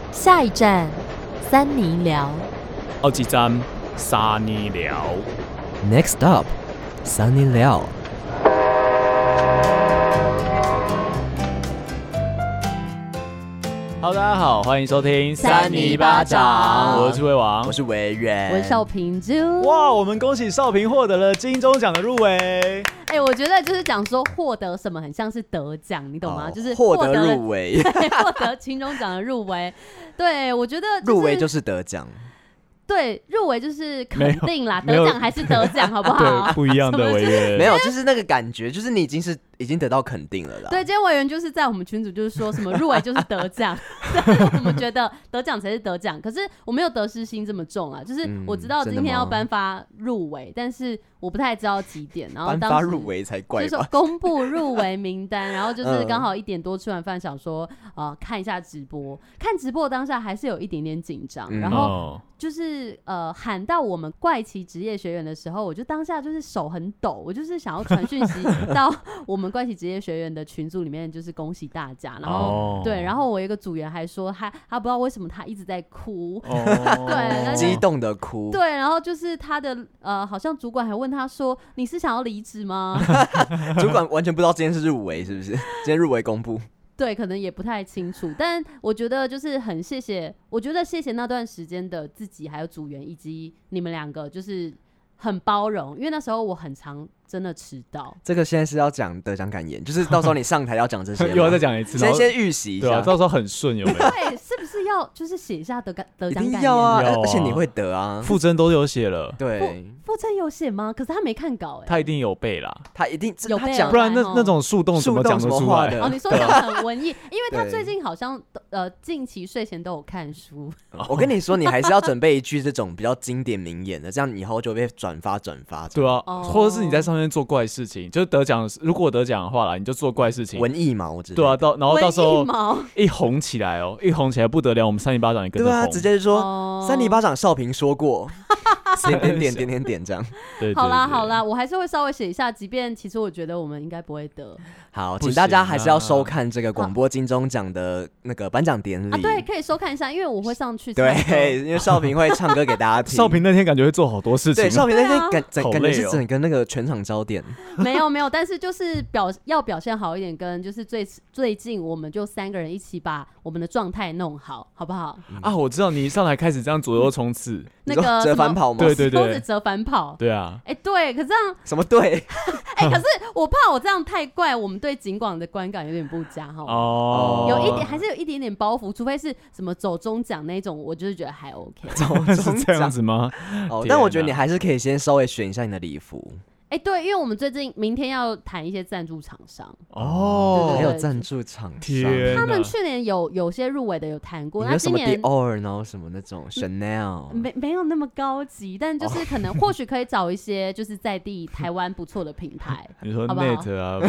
下一站，三尼寮。 好几站，沙尼寮。 Next up， 三尼寮。 Hello， 大家好，欢迎收听三尼巴掌我是魏王， 我是维远， 我是少平珠。 哇，我们恭喜少平获得了金钟奖的入围。 我觉得就是讲说获得什么很像是得奖，你懂吗？就是获得入围， 获得金钟奖的入围。对，我觉得、 入围就是得奖。 对，入围就是肯定啦，得奖还是得奖，好不好？ 对，不一样的委员。 没有，就是那个感觉，就是你已经得到肯定了啦。 对，今天委员就是在我们群组就是说什么入围就是得奖，但是我们觉得得奖才是得奖，可是我没有得失心这么重啊，就是我知道今天要颁发入围，但是我不太知道几点，然后颁发入围才怪吧， 就是说公布入围名单，然后就是刚好1点多吃完饭，想说看一下直播，看直播当下还是有一点点紧张，然后就是喊到我们怪奇职业学员的时候，我就当下就是手很抖，我就是想要传讯息到我们怪奇职业学员的群组里面，就是恭喜大家。然后、对，然后我有一个组员还说他不知道为什么他一直在哭，对， 激动的哭。 对，然后就是他的好像主管还问他说：“你是想要离职吗？” 主管完全不知道今天是入围，是不是？今天入围公布。 对，可能也不太清楚，但我觉得就是很谢谢，我觉得谢谢那段时间的自己，还有组员以及你们2个，就是很包容，因为那时候我很常真的迟到。 这个现在是要讲得奖感言，就是到时候你上台要讲这些， 又要再讲一次， 先预习一下， 对啊，到时候很顺有没有？ 对，是不是要就是写一下得奖感言？ 一定要啊，而且你会得啊， 傅真都有写了， 对， 傅真有写吗？可是他没看稿他一定有背啦， 他一定有背， 讲， 不然那种树洞怎么讲得出来？ 你说讲很文艺，因为他最近好像近期睡前都有看书。 我跟你说，你还是要准备一句这种比较经典名言的，这样以后就被转发。 对啊，或者是你在上面做怪事情，就是得奖，如果得奖的话啦，你就做怪事情， 文艺嘛，我知道。对啊，然后到时候一红起来不得了，我们三尼巴掌也跟着红。 对啊，直接说三尼巴掌少平说过，点这样。 对， 好啦，我还是会稍微写一下，即便其实我觉得我们应该不会得。 好，请大家还是要收看这个广播金钟奖的那个颁奖典礼对，可以收看一下，因为我会上去。 对，因为少平会唱歌给大家听。 少平那天感觉会做好多事情。 对，少平那天感觉是整个那个全场焦点。 没有，但是就是要表现好一点，跟就是最近我们就3个人一起把我们的状态弄好，好不好？ 啊，我知道你上来开始这样左右冲刺， 那个折返跑吗？ 对， 都是折返跑。 对啊， 对，可是这样什么对？ 可是我怕我这样太怪，我们对警广的观感有点不佳哈。有一点还是有一点点包袱，除非是什么走中奖那种，我就是觉得还 OK。 是这样子吗？ 但我觉得你还是可以先稍微选一下你的礼服。 对，因为我们明天要谈一些赞助厂商还有赞助厂商， 他们去年有些入围的有谈过，那今年 Dior 然后什么那种 Chanel 没有那么高级，但就是可能或许可以找一些就是在地台湾不错的品牌。 你说 Net 啊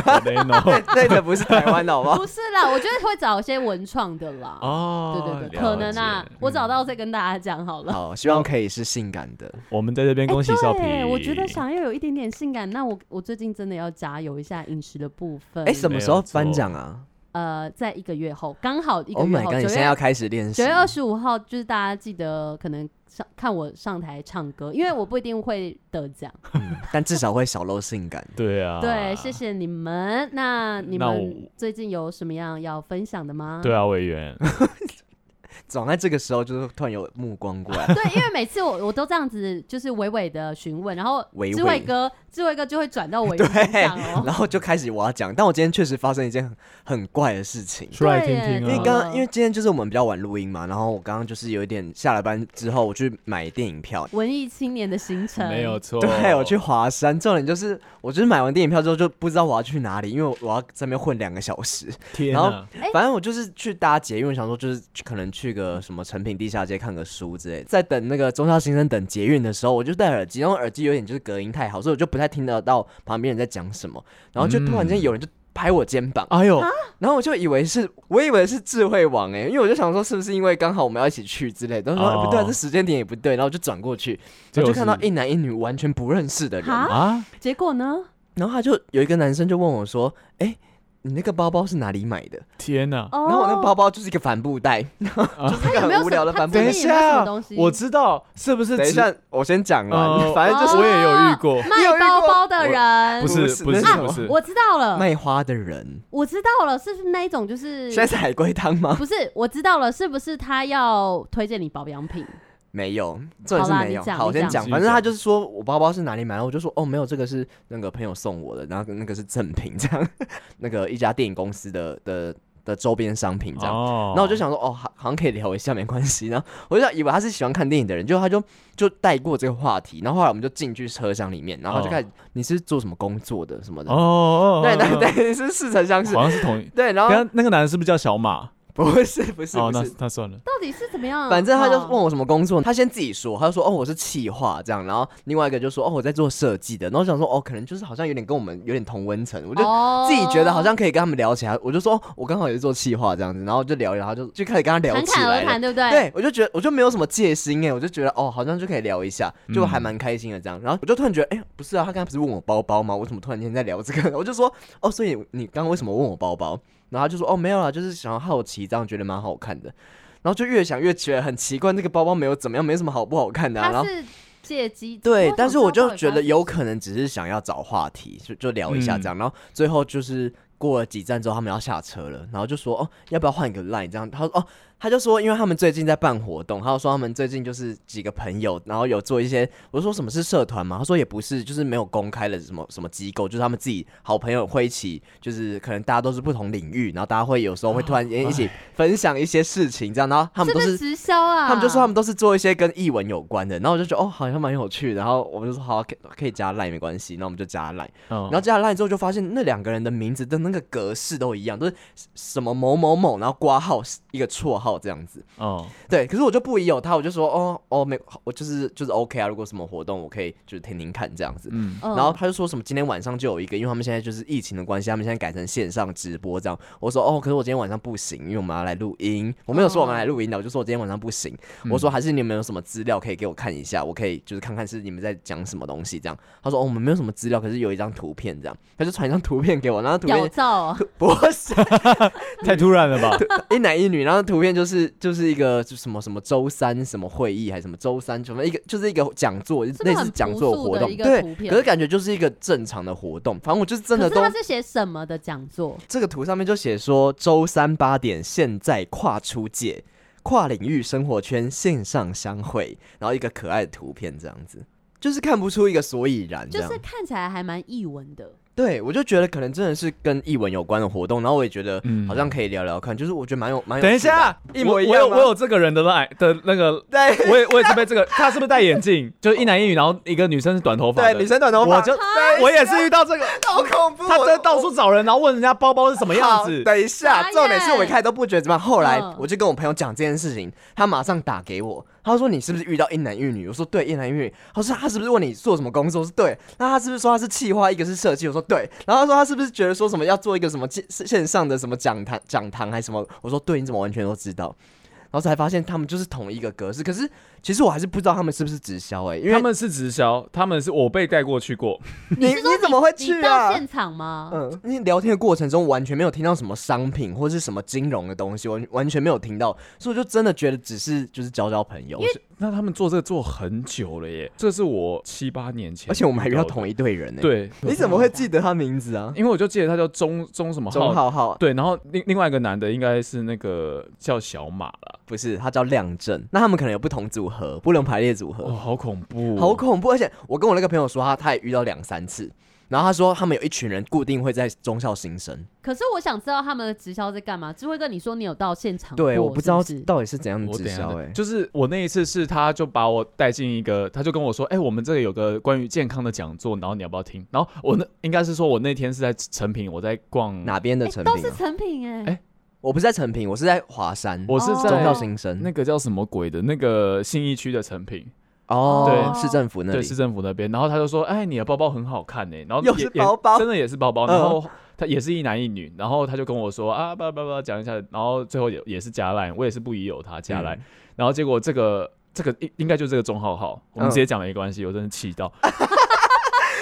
，Net 不是台湾的好不好？ 不是啦，我觉得会找一些文创的啦。对，可能啊，我找到再跟大家讲好了。 好，希望可以是性感的。 我们在这边恭喜少平。 我觉得想要有一点点性感，那我最近真的要加油一下饮食的部分。 什么时候颁奖啊？ 在1个月后，刚好1个月后。 Oh my god！ 你现在要开始练习。 9月25号，就是大家记得可能看我上台唱歌，因为我不一定会得奖， 但至少会小露性感。 对啊， 对，谢谢你们。那你们最近有什么样要分享的吗？ 对啊，委员。 总在这个时候，就是突然有目光过来。 对，因为每次我都这样子，就是娓娓的询问，然后智慧哥就会转到我身上然后就开始我要讲。但我今天确实发生一件很怪的事情， 出来听听啊。因为今天就是我们比较晚录音嘛，然后我刚刚就是有一点下了班之后，我去买电影票， 文艺青年的行程没有错。 对，我去华山，重点就是我就是买完电影票之后就不知道我要去哪里，因为我要在那边混2个小时。 天然后反正我就是去搭捷运，我想说就是可能去个什么成品地下街看个书之类的。在等那个忠孝新生等捷运的时候，我就戴耳机，然后耳机有点就是隔音太好，所以我就不太听得到旁边人在讲什么。然后就突然间有人就拍我肩膀， 哎呦！ 然后我以为是智慧王因为我就想说是不是因为刚好我们要一起去之类的，然后说不对，这时间点也不对，然后我就转过去，然后就看到一男一女完全不认识的人结果呢？ 然后他就有一个男生就问我说：“ 你那个包包是哪里买的？ 天哪！ 然后我那个包包就是一个帆布袋，就是一个很无聊的帆布袋。 等一下，我知道是不是？ 等一下，我先讲完。反正就是我也有遇过卖包包的人， 不是， 我知道了， 卖花的人， 我知道了，是不是那一种就是现在是海龟汤吗？ 不是，我知道了，是不是他要推荐你保养品？ 没有，这是没有。好，我先讲。反正他就是说我包包是哪里买的，我就说哦，没有，这个是那个朋友送我的，然后那个是赠品，这样，那个一家电影公司的周边商品这样。然后我就想说哦，好像可以聊一下，没关系。然后我就以为他是喜欢看电影的人，结果他就带过这个话题。然后后来我们就进去车厢里面，然后就开始你是做什么工作的什么的。对，是似曾相识， 好像是同一。 对，然后那个男的是不是叫小马？ 不是， 那算了。 到底是怎么样？ 反正他就问我什么工作，他先自己说，他就说哦我是企划这样，然后另外一个就说哦我在做设计的，然后我想说哦可能就是好像有点跟我们有点同温层，我就自己觉得好像可以跟他们聊起来，我就说哦我刚好也是做企划这样子，然后就聊一聊，就开始跟他聊起来了，侃侃而谈， 对不对？ 对，我就觉得我就没有什么戒心我就觉得哦好像就可以聊一下，就还蛮开心的这样，然后我就突然觉得不是啊，他刚才不是问我包包吗？我怎么突然间在聊这个？我就说哦所以你刚刚为什么问我包包？然后他就说哦没有啦，就是想要好奇这样，觉得蛮好看的。然后就越想越觉得很奇怪，那个包包没有怎么样，没什么好不好看的它是借机对，但是我就觉得有可能只是想要找话题，就聊一下这样。然后最后就是过了几站之后，他们要下车了，然后就说哦要不要换一个 line 这样？他说哦。他就说，因为他们最近在办活动，他就说他们最近就是几个朋友，然后有做一些，我就说什么是社团嘛？他说也不是，就是没有公开的什么机构，就是他们自己好朋友会一起，就是可能大家都是不同领域，然后大家会有时候会突然间一起分享一些事情，这样，然后他们都是直销啊， 他们就说他们都是做一些跟艺文有关的，然后我就觉得哦好像蛮有趣的，然后我们就说好可以加 line 没关系，然后我们就加 line，然后加了 line 之后就发现那两个人的名字的那个格式都一样，都是什么某某某，然后括号一个绰号这样子。对，可是我就不疑有他，我就说没，我就是 OK 啊，如果什么活动我可以就是听听看这样子。然后他就说什么今天晚上就有一个，因为他们现在就是疫情的关系，他们现在改成线上直播这样。我说可是我今天晚上不行，因为我们要来录音。我没有说我们来录音的，我就说我今天晚上不行。我说还是你们有什么资料可以给我看一下，我可以就是看看是你们在讲什么东西这样。他说我们没有什么资料，可是有一张图片这样，他就传一张图片给我，然后图片屌照不是太突然了吧？ 一男一女，然后图片就是一个就什么周三什么会议还是什么周三什么就是一个讲座，类似讲座活动，对，可是感觉就是一个正常的活动。反正我就是真的都。可是他是写什么的讲座？ 这个图上面就写说周三8点，现在跨出界，跨领域生活圈线上相会，然后一个可爱的图片这样子，就是看不出一个所以然， 就是看起来还蛮艺文的。 对，我就觉得可能真的是跟艺文有关的活动，然后我也觉得好像可以聊聊看，就是我觉得蛮有。 等一下， 一模一样吗？ 我有这个人的那个，对，我也是被这个，他是不是戴眼镜？就是一男一女，然后一个女生是短头发的， 对，女生短头发， 我也是遇到这个， 好恐怖！ 他在到处找人，然后问人家包包是什么样子。 等一下，重点是我一开始都不觉得怎么样，后来我就跟我朋友讲这件事情，他马上打给我。他说你是不是遇到一男一女？我说对，一男一女。他说他是不是问你做什么工作？我说对。那他是不是说他是企划，一个是设计？我说对。然后他说他是不是觉得说什么要做一个什么线上的什么讲堂还是什么？我说对，你怎么完全都知道？然后才发现他们就是同一个格式，可是其实我还是不知道他们是不是直销因为他们是直销，他们是我被带过去过。 你怎么会去啊？ 你到现场吗？ 你聊天的过程中完全没有听到什么商品或是什么金融的东西，完全没有听到，所以我就真的觉得只是就是交朋友。 那他们做这个做很久了耶，这是我7、8年前， 而且我们还遇到同一队人对， 你怎么会记得他名字啊？ 因为我就记得他叫钟什么钟浩。对， 然后另外一个男的应该是那个叫小马啦， 不是，他叫亮正。那他们可能有不同组合，不能排列组合。 好恐怖， 好恐怖！而且我跟我那个朋友说，他也遇到2、3次。然后他说，他们有一群人固定会在忠孝新生。 可是我想知道他们的直销在干嘛？智慧哥，你说你有到现场过？ 对，我不知道到底是怎样的直销。 就是我那一次是，他就把我带进一个，他就跟我说，我们这里有个关于健康的讲座，然后你要不要听？然后应该是说我那天是在诚品，我在逛哪边的诚品？ 都是诚品我不是在诚品，我是在华山， 我是在忠孝新生， 那个叫什么鬼的那个信义区的诚品。 对，市政府那里， 对，市政府那边。然后他就说，你的包包很好看然后又是包包， 真的也是包包。然后他也是一男一女，然后他就跟我说讲一下，然后最后也是加 line， 我也是不疑有他加 line，然后结果这个应该就是这个钟浩，我们直接讲了一个关系，我真的气到。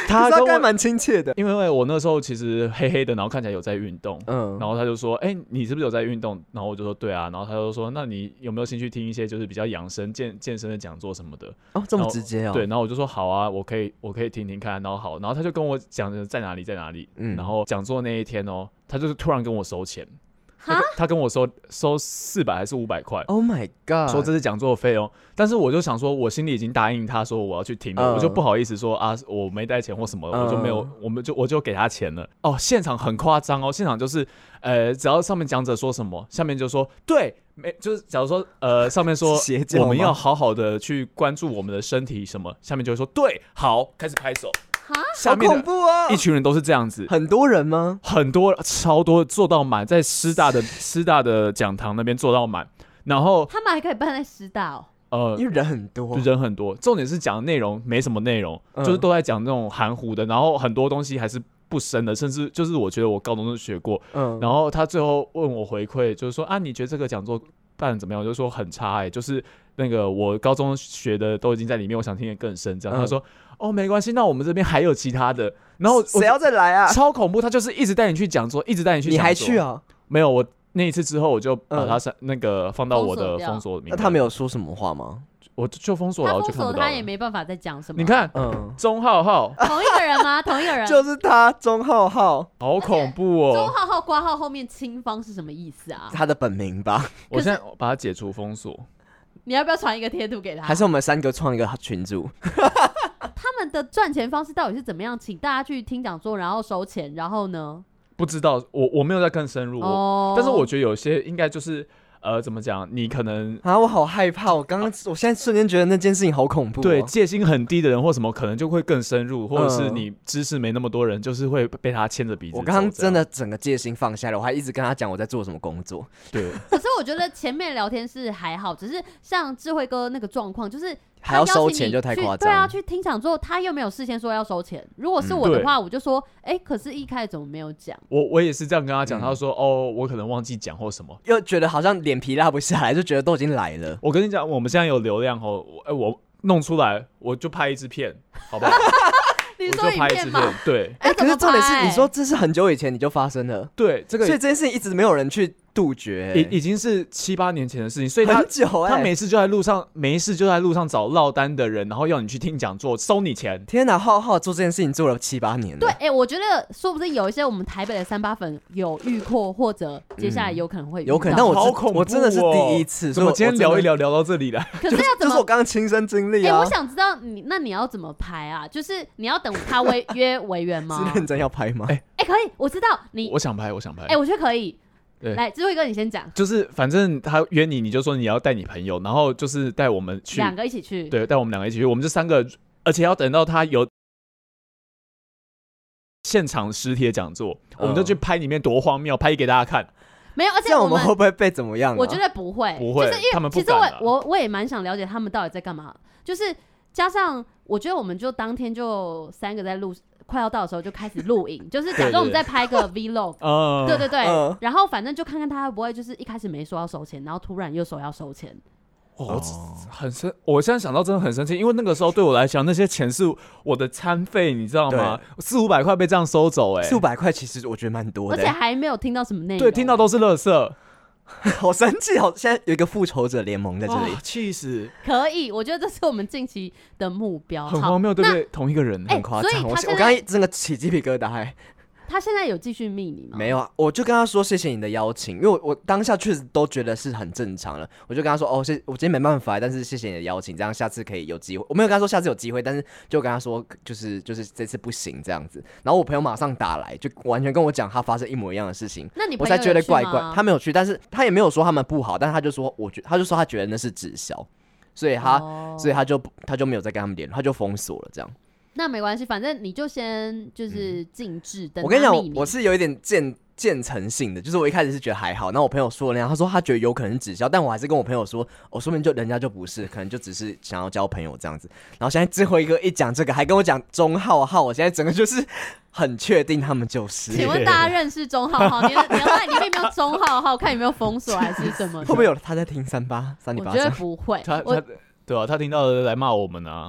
他跟我蛮亲切的， 因为我那时候其实黑黑的，然后看起来有在运动，然后他就说，你是不是有在运动？然后我就说对啊，然后他就说，那你有没有兴趣听一些就是比较养生健身的讲座什么的？ 哦，这么直接哦。 对，然后我就说好啊，我可以听听看，然后好，然后他就跟我讲在哪里，然后讲座那一天哦，他就是突然跟我收钱。他跟我收400还是500块 ？Oh my god！ 说这是讲座费用，但是我就想说，我心里已经答应他说我要去听了，我就不好意思说啊，我没带钱或什么，我就没有，我就给他钱了。哦，现场很夸张哦，现场就是只要上面讲者说什么，下面就说对，就是假如说上面说我们要好好的去关注我们的身体什么，下面就会说对，好，开始拍手。 好恐怖啊！ 一群人都是这样子， 很多人吗？ 很多，超多，坐到满，在师大的讲堂那边坐到满，然后他们还可以办在师大哦。因为人很多， 重点是讲的内容没什么内容，就是都在讲那种含糊的，然后很多东西还是不深的，甚至就是我觉得我高中都学过，然后他最后问我回馈，就是说啊，你觉得这个讲座办得怎么样？我就说很差就是那个我高中学的都已经在里面，我想听得更深，这样他说。哦，没关系，那我们这边还有其他的，然后谁要再来啊？ 超恐怖，他就是一直带你去讲座，一直带你去讲座。 你还去啊？ 没有，我那一次之后我就把他那个放到我的封锁名单。 那他没有说什么话吗？ 我就封锁了，我就看不到了。 他也没办法再讲什么。 你看，钟浩浩同一个人吗？同一个人， 就是他，钟浩浩， 好恐怖哦！ 钟浩浩挂号后面清方是什么意思啊？ 他的本名吧。 我现在把他解除封锁。 你要不要传一个贴图给他？ 还是我们3个创一个群组？ 他们的赚钱方式到底是怎么样？请大家去听讲座，然后收钱，然后呢？ 不知道，我没有再更深入，但是我觉得有些应该就是怎么讲？你可能啊，我好害怕！我现在瞬间觉得那件事情好恐怖。 对，戒心很低的人或什么，可能就会更深入，或者是你知识没那么多人，就是会被他牵着鼻子。 我刚刚真的整个戒心放下了，我还一直跟他讲我在做什么工作。 对。 可是我觉得前面聊天是还好，只是像智慧哥那个状况，就是。 还要收钱就太夸张。 对啊，去听讲座，他又没有事先说要收钱。如果是我的话，我就说，可是一开始怎么没有讲？ 我也是这样跟他讲，他说我可能忘记讲或什么， 又觉得好像脸皮拉不下来，就觉得都已经来了。 我跟你讲，我们现在有流量我弄出来我就拍一支片，好不好？ 你说影片吗？ 对。 可是重点是，你说这是很久以前你就发生了， 对，这个， 所以这件事情一直没有人去杜绝， 已经是7、8年前的事情，所以很久他没事就在路上找落单的人，然后要你去听讲座，收你钱。 天哪，浩浩做这件事情做了7、8年了。 对，我觉得说不定有一些我们台北的38粉有遇过，或者接下来有可能会遇到。 有可能，但我真的是第一次， 所以我今天聊一聊到这里了。 可是要怎么？ 就是我刚刚亲身经历啊。 我想知道你要怎么拍啊？就是你要等他约委员吗？ 是认真要拍吗？ 可以，我知道你。 我想拍。我觉得可以。 对， 来，智慧哥你先讲。 就是反正他约你就说你要带你朋友，然后就是带我们去，2 个一起去。 对，带我们2个一起去，我们就3个，而且要等到他有现场实体的讲座，我们就去拍里面多荒谬，拍给大家看。 没有，而且这样我们会不会被怎么样？ 我觉得不会， 就是因为他们不敢。其实我也蛮想了解他们到底在干嘛，就是加上我觉得我们就当天就3个在录。快要到的时候就开始录影，就是假装我们在拍个 vlog， 对对对，然后反正就看看他会不会就是一开始没说要收钱，然后突然又说要收钱。 很生，我现在想到真的很生气，因为那个时候对我来讲，那些钱是我的餐费，你知道吗？400、500块被这样收走，400、 500块其实我觉得蛮多的， 而且还没有听到什么内容， 对，听到都是垃圾。 好生气！现在有一个复仇者联盟在这里， 气死！ 可以，我觉得这是我们近期的目标， 很荒谬，对不对？同一个人， 很夸张。我刚刚真的起鸡皮疙瘩。 他现在有继续密你吗？ 没有啊，我就跟他说谢谢你的邀请，因为我当下确实都觉得是很正常了。我就跟他说我今天没办法，但是谢谢你的邀请，这样下次可以有机会。我没有跟他说下次有机会，但是就跟他说就是这次不行这样子。然后我朋友马上打来，就完全跟我讲他发生一模一样的事情。 那你我才觉得怪怪。他没有去，但是他也没有说他们不好，但是他就说他觉得那是直销，所以他就没有再跟他们联络，他就封锁了这样。 那没关系，反正你就先就是静置。 我跟你讲，我是有一点渐层性的，就是我一开始是觉得还好，然后我朋友说那样，他说他觉得有可能是直销，但我还是跟我朋友说，说明就人家就不是，可能就只是想要交朋友这样子。然后现在最后一个一讲这个，还跟我讲钟浩浩，我现在整个就是很确定他们就是。 请问大家认识钟浩浩？你的赖里面有没有钟浩浩？看有没有封锁还是什么？ 会不会有他在听388？ 我觉得不会。 对啊，他听到的来骂我们啊。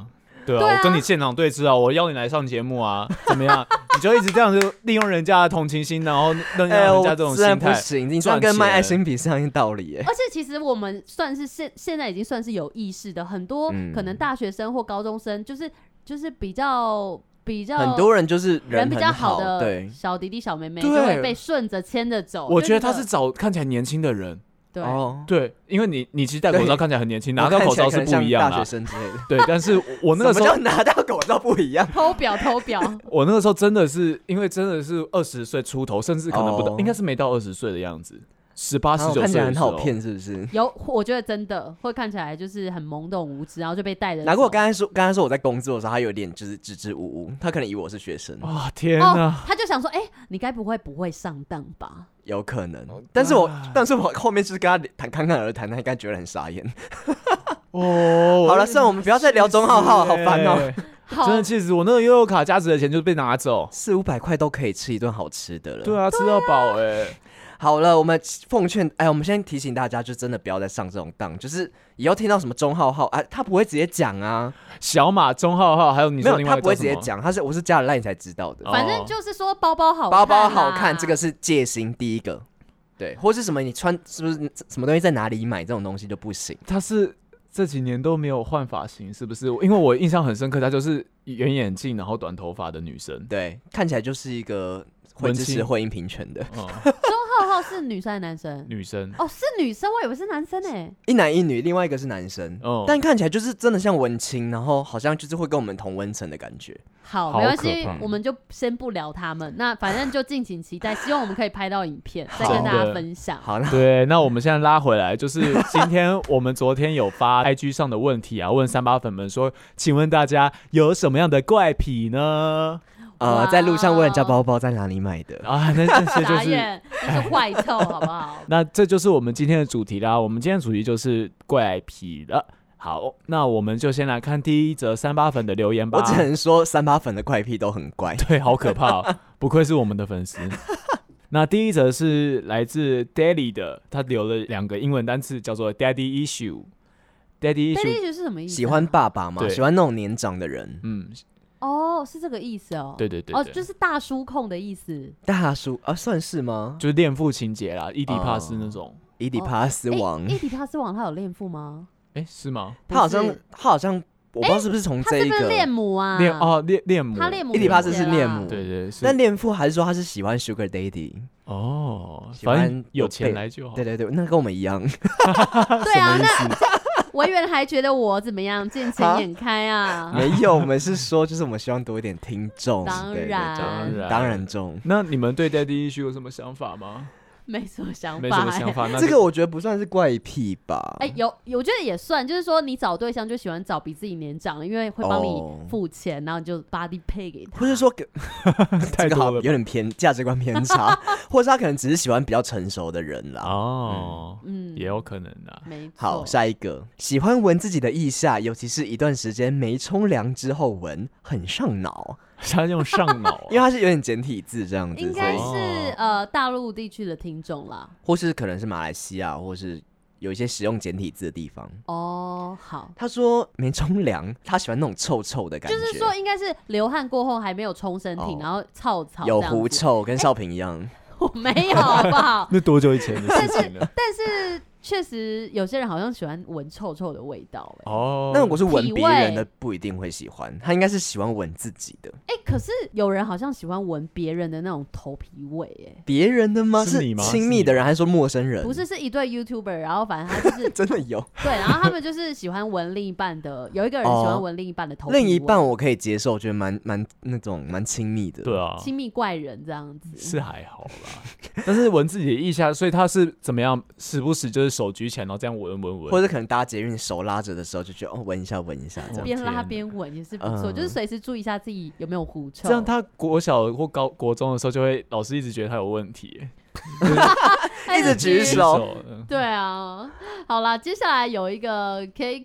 对啊，我跟你现场对峙啊，我邀你来上节目啊，怎么样？你就一直这样就利用人家的同情心，然后让人家这种心态， 不行，你这样跟卖爱心笔是一样道理耶。 而且其实我们算是现在已经算是有意识的，很多可能大学生或高中生，就是比较很多人就是人比较好的对小弟弟小妹妹就会被顺着牵着走。 我觉得他是找看起来年轻的人。对，因为你其实戴口罩看起来很年轻，拿掉口罩是不一样的， 大学生之类的。 对，但是我那个时候什么叫拿掉口罩不一样？ 偷表。 我那个时候真的是因为真的是20岁出头，甚至可能不到，应该是没到20岁的样子。18、19岁看起来很好骗，是不是？ 有，我觉得真的会看起来就是很懵懂无知，然后就被带着。 难怪我刚才说我在工作的时候，他有点就是支支吾吾，他可能以为我是学生。 天哪！ 他就想说，你该不会上当吧？ 有可能，但是我后面就是跟他侃侃而谈，他应该觉得很傻眼。好了，算了，我们不要再聊钟浩浩，好烦哦。 真的气死我！那个悠游卡价值的钱就被拿走 ，400-500块都可以吃一顿好吃的了。 对啊，吃到饱好了，我们奉劝，我们先提醒大家，就真的不要再上这种当，就是以后听到什么钟浩浩，他不会直接讲啊， 小马钟浩浩，还有你说另外一个他不会直接讲，我是加了 LINE 才知道的。 反正就是说包包好看， 包包好看，这个是戒心第一个，对，或是什么你穿是不是什么东西在哪里买这种东西就不行。 他是这几年都没有换发型，是不是？因为我印象很深刻，她就是圆眼镜，然后短头发的女生， 对，看起来就是一个会支持婚姻平权的。 钟浩浩是女生还是男生？ 女生是女生，我以为是男生欸。 一男一女，另外一个是男生，但看起来就是真的像文青，然后好像就是会跟我们同温层的感觉。 好，没关系，我们就先不聊他们。那反正就敬请期待，希望我们可以拍到影片，再跟大家分享。 好， 对，那我们现在拉回来，就是今天我们昨天有发 IG 上的问题啊，问38粉们说，请问大家有什么样的怪癖呢？ 在路上问人家包包在哪里买的啊？那些就是那是坏透，好不好？ 那这就是我们今天的主题啦。我们今天的主题就是怪癖了。好，那我们就先来看第一则38粉的留言吧。 我只能说38粉的怪癖都很怪， 对，好可怕哦，不愧是我们的粉丝。那第一则是来自 Daddy 的，他留了2个英文单词，叫做 Daddy Issue。Daddy Issue 是什么意思？ 喜欢爸爸嘛，喜欢那种年长的人。 是这个意思哦。 对， 就是大叔控的意思。 大叔算是吗？ 就是恋父情节啦，伊底帕斯那种。 伊底帕斯王， 伊底帕斯王他有恋父吗？ 是吗？ 他好像，我不知道是不是从这一个他是不是恋母啊？ 恋母， 他恋母， 伊底帕斯是恋母， 对。 但恋父还是说他是喜欢 Sugar Daddy？ 反正有钱来就好。 对，那跟我们一样。 对啊，那维园还觉得我怎么样？见钱眼开啊？ 没有，我们是说，就是我们希望多一点听众。 当然重。 那你们对 Daddy Issue 有什么想法吗？ 没什么想法， 这个我觉得不算是怪癖吧。 我觉得也算，就是说你找对象就喜欢找比自己年长的，因为会帮你付钱，然后你就 body pay 给他。 或是说太多了， 有点价值观偏差，或是他可能只是喜欢比较成熟的人啦。 也有可能啦。 没错。 好，下一个，喜欢闻自己的腋下，尤其是一段时间没冲凉之后闻，很上脑。 他用上脑， 因为他是有点简体字这样子， 应该是大陆地区的听众啦， 或是可能是马来西亚，或是有一些使用简体字的地方。 好。 他说没冲凉，他喜欢那种臭臭的感觉， 就是说应该是流汗过后还没有冲身体，然后草有狐臭，跟少平一样。 我没有，好不好？ 那多久以前的事情了？ 但是确实有些人好像喜欢闻臭臭的味道。 那如果是闻别人的不一定会喜欢，他应该是喜欢闻自己的。 可是有人好像喜欢闻别人的那种头皮味。 别人的吗？ 是你吗？ 亲密的人还是说陌生人？ 不是，是一对 YouTuber， 然后反正他就是真的有。 对，然后他们就是喜欢闻另一半的，有一个人喜欢闻另一半的头皮味。 另一半我可以接受，我觉得蛮那种蛮亲密的。 对啊， 亲密怪人这样子是还好啦。但是闻自己的腋下，所以他是怎么样？时不时就是手举起来，然后这样闻， 或者可能搭捷运手拉着的时候，就觉得闻一下这样。 边拉边闻也是不错，就是随时注意一下自己有没有狐臭。 这样他国小或国中的时候，就会老师一直觉得他有问题， 一直举手。 对啊，好啦，接下来有一个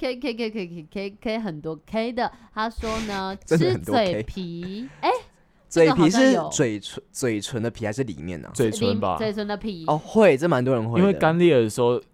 K 很多 K 的，他说呢，吃嘴皮， 嘴皮是嘴唇的皮还是里面呢？ 嘴唇吧， 嘴唇的皮。 会，这蛮多人会的。 因为干裂的时候，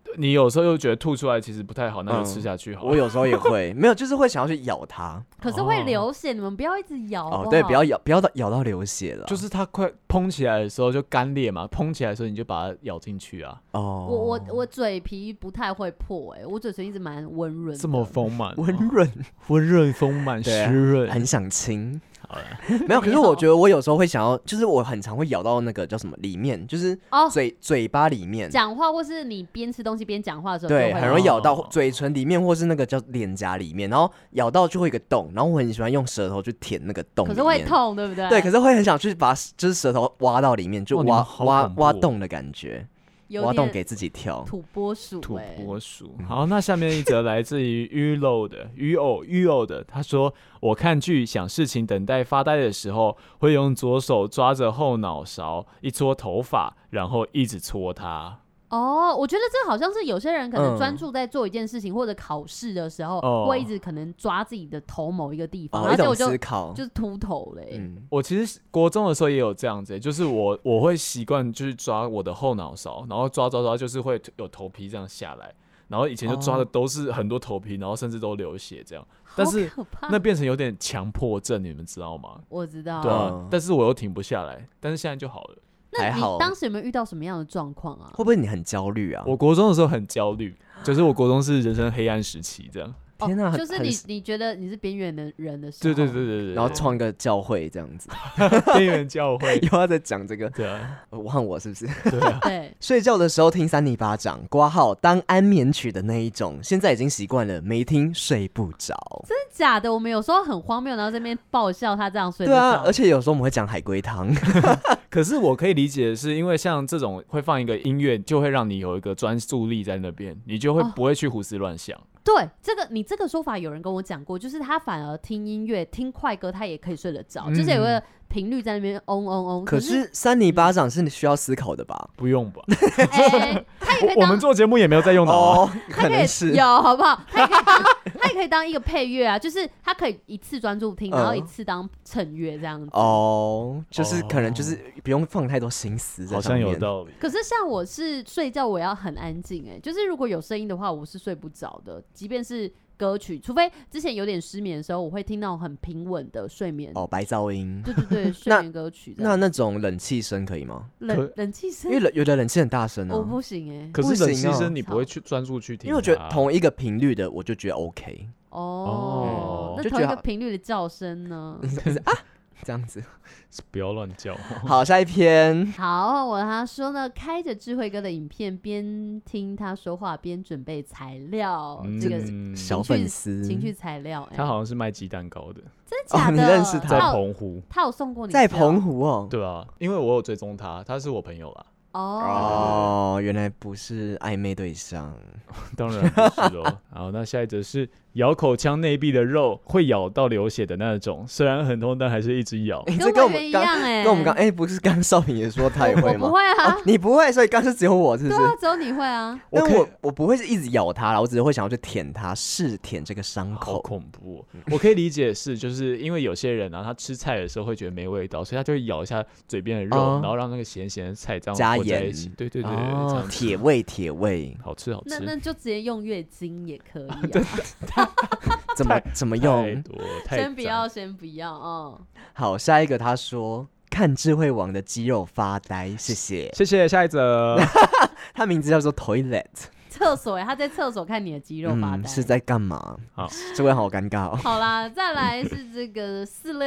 你有时候又觉得吐出来其实不太好，那就吃下去好了。 我有时候也会，没有，就是会想要去咬它。 可是会流血，你们不要一直咬好不好。 对，不要咬到流血了。 就是它快膨起来的时候就干裂嘛，膨起来的时候你就把它咬进去啊。 我嘴皮不太会破我嘴唇一直蛮温润的。 这么丰满， 温润丰满湿润， 很想亲。 好了， 没有，可是我觉得我有时候会想要，就是我很常会咬到那个叫什么里面，就是嘴巴里面。 讲话或是你边吃东西边讲话的时候， 对，很容易咬到嘴唇里面，或是那个叫脸颊里面，然后咬到就会有一个洞，然后我很喜欢用舌头去舔那个洞里面， 可是会痛，对不对？ 对，可是会很想去把就是舌头挖到里面，就挖洞的感觉。挖洞给自己跳， 土拨鼠。 好，那下面一则来自于鱼偶的，他说：我看剧想事情等待发呆的时候，会用左手抓着后脑勺，一撮头发，然后一直搓它。 我觉得这好像是有些人可能专注在做一件事情或者考试的时候，会一直可能抓自己的头某一个地方，然后结果就是秃头嘞。 我其实国中的时候也有这样子，就是我会习惯就是抓我的后脑勺，然后抓就是会有头皮这样下来，然后以前就抓的都是很多头皮，然后甚至都流血这样，但是那变成有点强迫症，你们知道吗？ 我知道， 对啊，但是我又停不下来，但是现在就好了。 那你当时有没有遇到什么样的状况啊？ 会不会你很焦虑啊？ 我国中的时候很焦虑，就是我国中是人生黑暗时期这样。 天哪， 就是你觉得你是边缘的人的时候， 对， 然后创一个教会这样子， 边缘教会又要再讲这个， 对啊， 问我是不是？ 对啊， 对。 睡觉的时候听三尼巴掌挂号当安眠曲的那一种，现在已经习惯了，没听睡不着。 真的假的？我们有时候很荒谬，然后这边爆笑他这样睡不着。 对啊，而且有时候我们会讲海龟汤。 可是我可以理解的是，因为像这种会放一个音乐，就会让你有一个专注力在那边，你就会不会去胡思乱想。 对，你这个说法有人跟我讲过，就是他反而听音乐、听快歌，他也可以睡得着，就是有个频率在那边嗡嗡嗡。 可是三尼巴掌是需要思考的吧？ 不用吧？ 我们做节目也没有在用脑啊， 可能是有好不好？他也可以当一个配乐啊，就是他可以一次专注听，然后一次当衬乐这样子。 就是可能就是不用放太多心思在上面， 好像有道理。 可是像我是睡觉，我要很安静就是如果有声音的话，我是睡不着的，即便是歌曲，除非之前有点失眠的时候，我会听那种很平稳的睡眠白噪音。 对，睡眠歌曲。 那种冷气声可以吗？ 冷气声， 因为有的冷气很大声啊。 我不行可是冷气声你不会去专注去听， 因为我觉得同一个频率的，我就觉得 OK。 那同一个频率的叫声呢？ 这样子不要乱叫。 好，下一篇。 好，他说呢，开着智慧哥的影片，边听他说话边准备材料。这个小粉丝情绪材料， 他好像是卖鸡蛋糕的。 真的假的？ 你认识他？ 在澎湖， 他有送过你？ 在澎湖哦。 对啊，因为我有追踪他，他是我朋友啦。 原来不是暧昧对象。 当然不是哦。好，那下一则是咬口腔内壁的肉会咬到流血的那种，虽然很痛，但还是一直咬。 这跟我们一样跟我们刚不是刚少平也说他也会吗？ 我不会啊， 你不会，所以刚是只有我，是不是？ 对啊，只有你会啊。 但我不会是一直咬它啦，我只是会想要去舔它，试舔这个伤口。 好恐怖我可以理解就是因为有些人他吃菜的时候会觉得没味道，所以他就会咬一下嘴边的肉，然后让那个咸咸的菜这样混在一起。对， 铁味， 好吃。 那就直接用月经也可以啊。 怎么用？ 先不要好，下一个他说看智慧王的肌肉发呆，谢谢。 下一则， 他名字叫做 Toilet。 厕所他在厕所看你的肌肉发呆， 是在干嘛？这位好尴尬好啦，再来是这个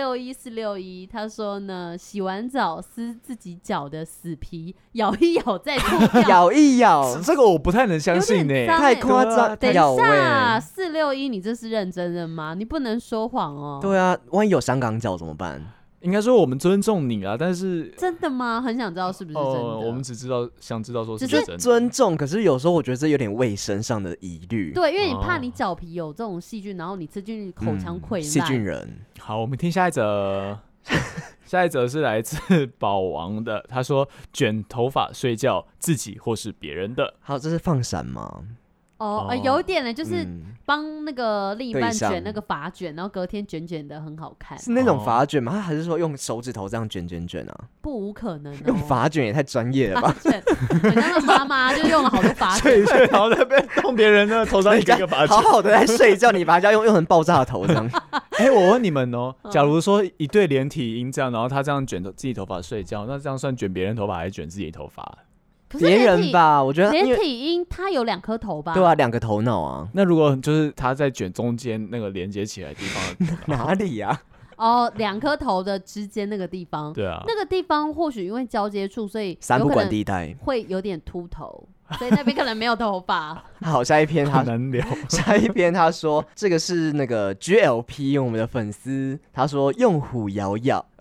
461，他说呢，洗完澡撕自己脚的死皮，咬一咬再脱掉。 咬一咬， 这个我不太能相信太夸张。 等一下，461，你这是认真的吗？你不能说谎哦。 对啊，万一有香港脚怎么办？ 应该说我们尊重你啦，但是真的吗？很想知道是不是真的。 我们想知道说是不是真的。 尊重，可是有时候我觉得这有点卫生上的疑虑。 对，因为你怕你脚皮有这种细菌，然后你吃进去口腔溃烂。 细菌人。 好，我们听下一则。下一则是来自宝王的，他说卷头发睡觉，自己或是别人的。 好，这是放闪吗？ 有点呢，就是帮那个另一半卷那个发卷，然后隔天卷卷的很好看。 是那种发卷吗？还是说用手指头这样卷啊？ 不无可能用发卷也太专业了吧？ 人家的妈妈就用了好多发卷， 然后在被动别人的头上一个发卷， 好好的在睡觉，你把它用成爆炸的头这样。 我问你们哦，假如说一对连体婴这样，然后他这样卷自己头发睡觉，那这样算卷别人头发还是卷自己头发？ 别人吧，我觉得连体婴他有2颗头吧？ 对啊，2个头脑啊。 那如果就是他在卷中间那个连接起来的地方， 哪里呀？ 2颗头的之间那个地方， 对啊， 那个地方或许因为交接处，所以三不管地带会有点秃头，所以那边可能没有头发。 好，下一篇他难聊。 下一篇他说这个是那个 GLP 我们的粉丝，他说用虎咬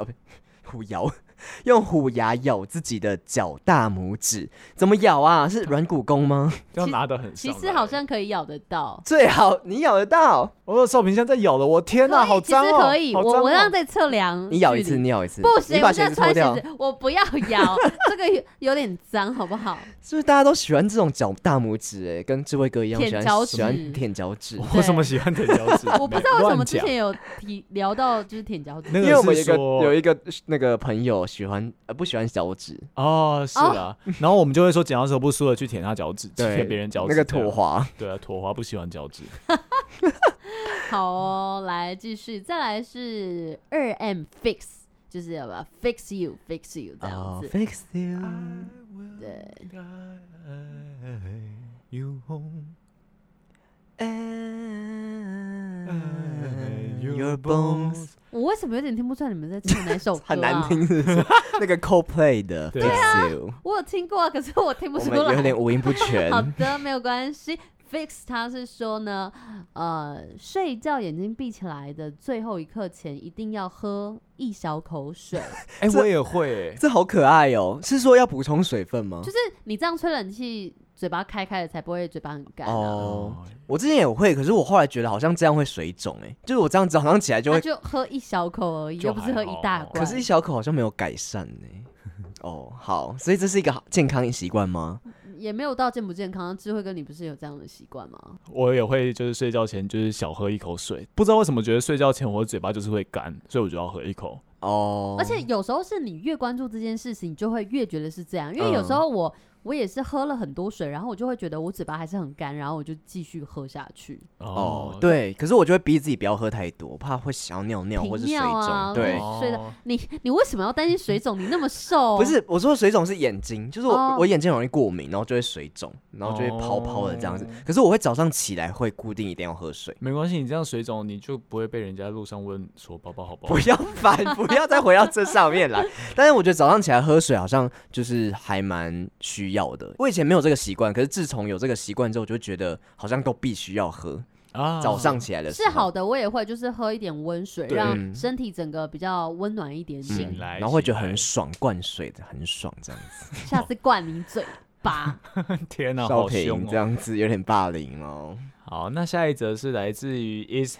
用虎牙咬自己的脚大拇指，怎么咬啊？是软骨功吗？ 要拿得很上。 其实好像可以咬得到， 最好你咬得到。 我有少平现在在咬了，我天哪，好脏哦！ 其实可以，我让在测量。 你咬一次， 不行， 你把鞋子脱掉。 我不要咬，这个有点脏，好不好？ 是不是大家都喜欢这种脚大拇指？跟智慧哥一样喜欢舔脚趾。 为什么喜欢舔脚趾？ 我不知道为什么之前有聊到就是舔脚趾， 因为我们有一个那个朋友不喜欢脚趾哦，是啊，然后我们就会说剪刀石头布输了去舔他脚趾，舔别人脚趾， 那个妥华， 对啊，妥华不喜欢脚趾。 好哦，来继续，再来是2M Fix， 就是要把 Fix You 这样子。 Fix You， 对。 Your bones。 我为什么有点听不出来你们在唱哪首歌啊？ 很难听是不是？那个 Coldplay 的 Fix You， 我有听过啊，可是我听不出来， 我们有点五音不全。 好的，没有关系。Fix 他是说呢，睡觉眼睛闭起来的最后一刻前，一定要喝1小口水。 我也会， 这好可爱哦。是说要补充水分吗？ 就是你这样吹冷气，嘴巴开开的才不会嘴巴很干啊。 哦，我之前也会，可是我后来觉得好像这样会水肿就是我这样早上起来就会， 就喝1小口而已，又不是喝1大罐。 可是1小口好像没有改善好，所以这是一个健康习惯吗？ 也没有到健不健康，智慧哥你不是有这样的习惯吗？ 我也会，就是睡觉前就是小喝1口水，不知道为什么觉得睡觉前我的嘴巴就是会干，所以我就要喝1口。 而且有时候是你越关注这件事情，你就会越觉得是这样，因为有时候我也是喝了很多水，然后我就会觉得我嘴巴还是很干，然后我就继续喝下去。 对，可是我就会逼自己不要喝太多，怕会想要尿尿或是水肿。对， 你为什么要担心水肿？你那么瘦？ 不是，我说的水肿是眼睛，就是我眼睛容易过敏，然后就会水肿，然后就会泡泡的这样子。可是我会早上起来会固定一定要喝水。 没关系，你这样水肿你就不会被人家路上问说宝宝好不好？ 不要烦，不要再回到这上面来。但是我觉得早上起来喝水好像就是还蛮需要的。我以前没有这个习惯，可是自从有这个习惯之后，我就觉得好像都必须要喝。早上起来的时候是好的，我也会就是喝一点温水，让身体整个比较温暖一点点， 然后会觉得很爽，灌水的很爽这样子。 下次灌你嘴巴。 天哪，好凶这样子有点霸凌哦。 好，那下一则是来自于 Is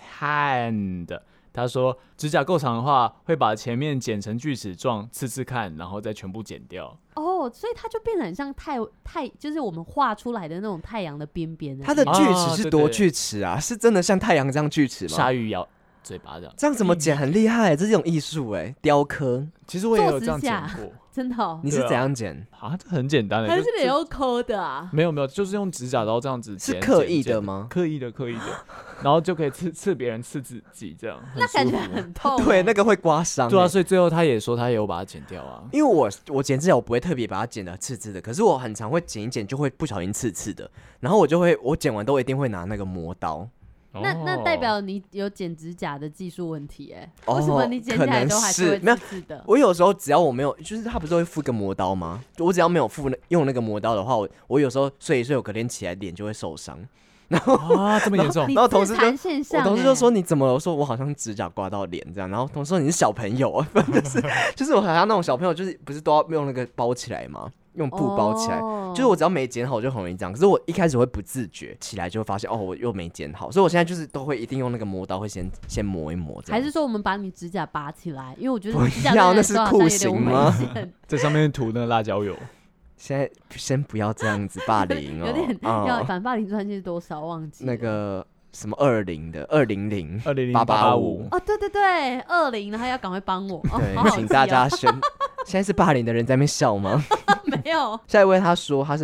Hand。他说指甲够长的话会把前面剪成锯齿状刺看，然后再全部剪掉。 所以它就变得很像就是我们画出来的那种太阳的边边。 它的锯齿是多锯齿啊？是真的像太阳这样锯齿吗？ 鲨鱼咬嘴巴这样怎么剪很厉害，这是一种艺术雕刻。 其实我也有这样剪过。 真的你是怎样剪这很简单还是你用抠的啊？ 没有，就是用指甲刀这样子剪。 是刻意的吗？ 刻意的，然后就可以刺别人，刺自己这样。 那感觉很痛。 对，那个会刮伤。 对啊，所以最后他也说他也有把它剪掉啊。 因为我剪指甲我不会特别把它剪得刺刺的，可是我很常会剪一剪就会不小心刺刺的，然后我剪完都一定会拿那个磨刀。 那代表你有剪指甲的技术问题为什么你剪起来都还是会刺刺的？ 我有时候只要我没有，就是他不是会附个磨刀吗？我只要没有用那个磨刀的话，我有时候睡一睡，我隔天起来脸就会受伤。然后这么严重， 然后同事就说你怎么了？我说我好像指甲刮到脸这样，然后同事说你是小朋友啊，就是我好像那种小朋友，就是不是都要用那个包起来吗？用布包起来，就是我只要没剪好，我就很容易这样。可是我一开始会不自觉，起来就会发现我又没剪好，所以我现在就是都会一定用那个磨刀，会先磨一磨。 还是说我们把你指甲拔起来？因为我觉得不要，那是酷刑吗？ 在上面涂那个辣椒油。 现在先不要这样子霸凌哦， 有点要反霸凌专线是多少忘记了？ 那个什么20的200 885 哦，对对对，20，然后要赶快帮我。 对， 好好请大家现在是霸凌的人在那边笑吗？ 没有。 下一位他说他是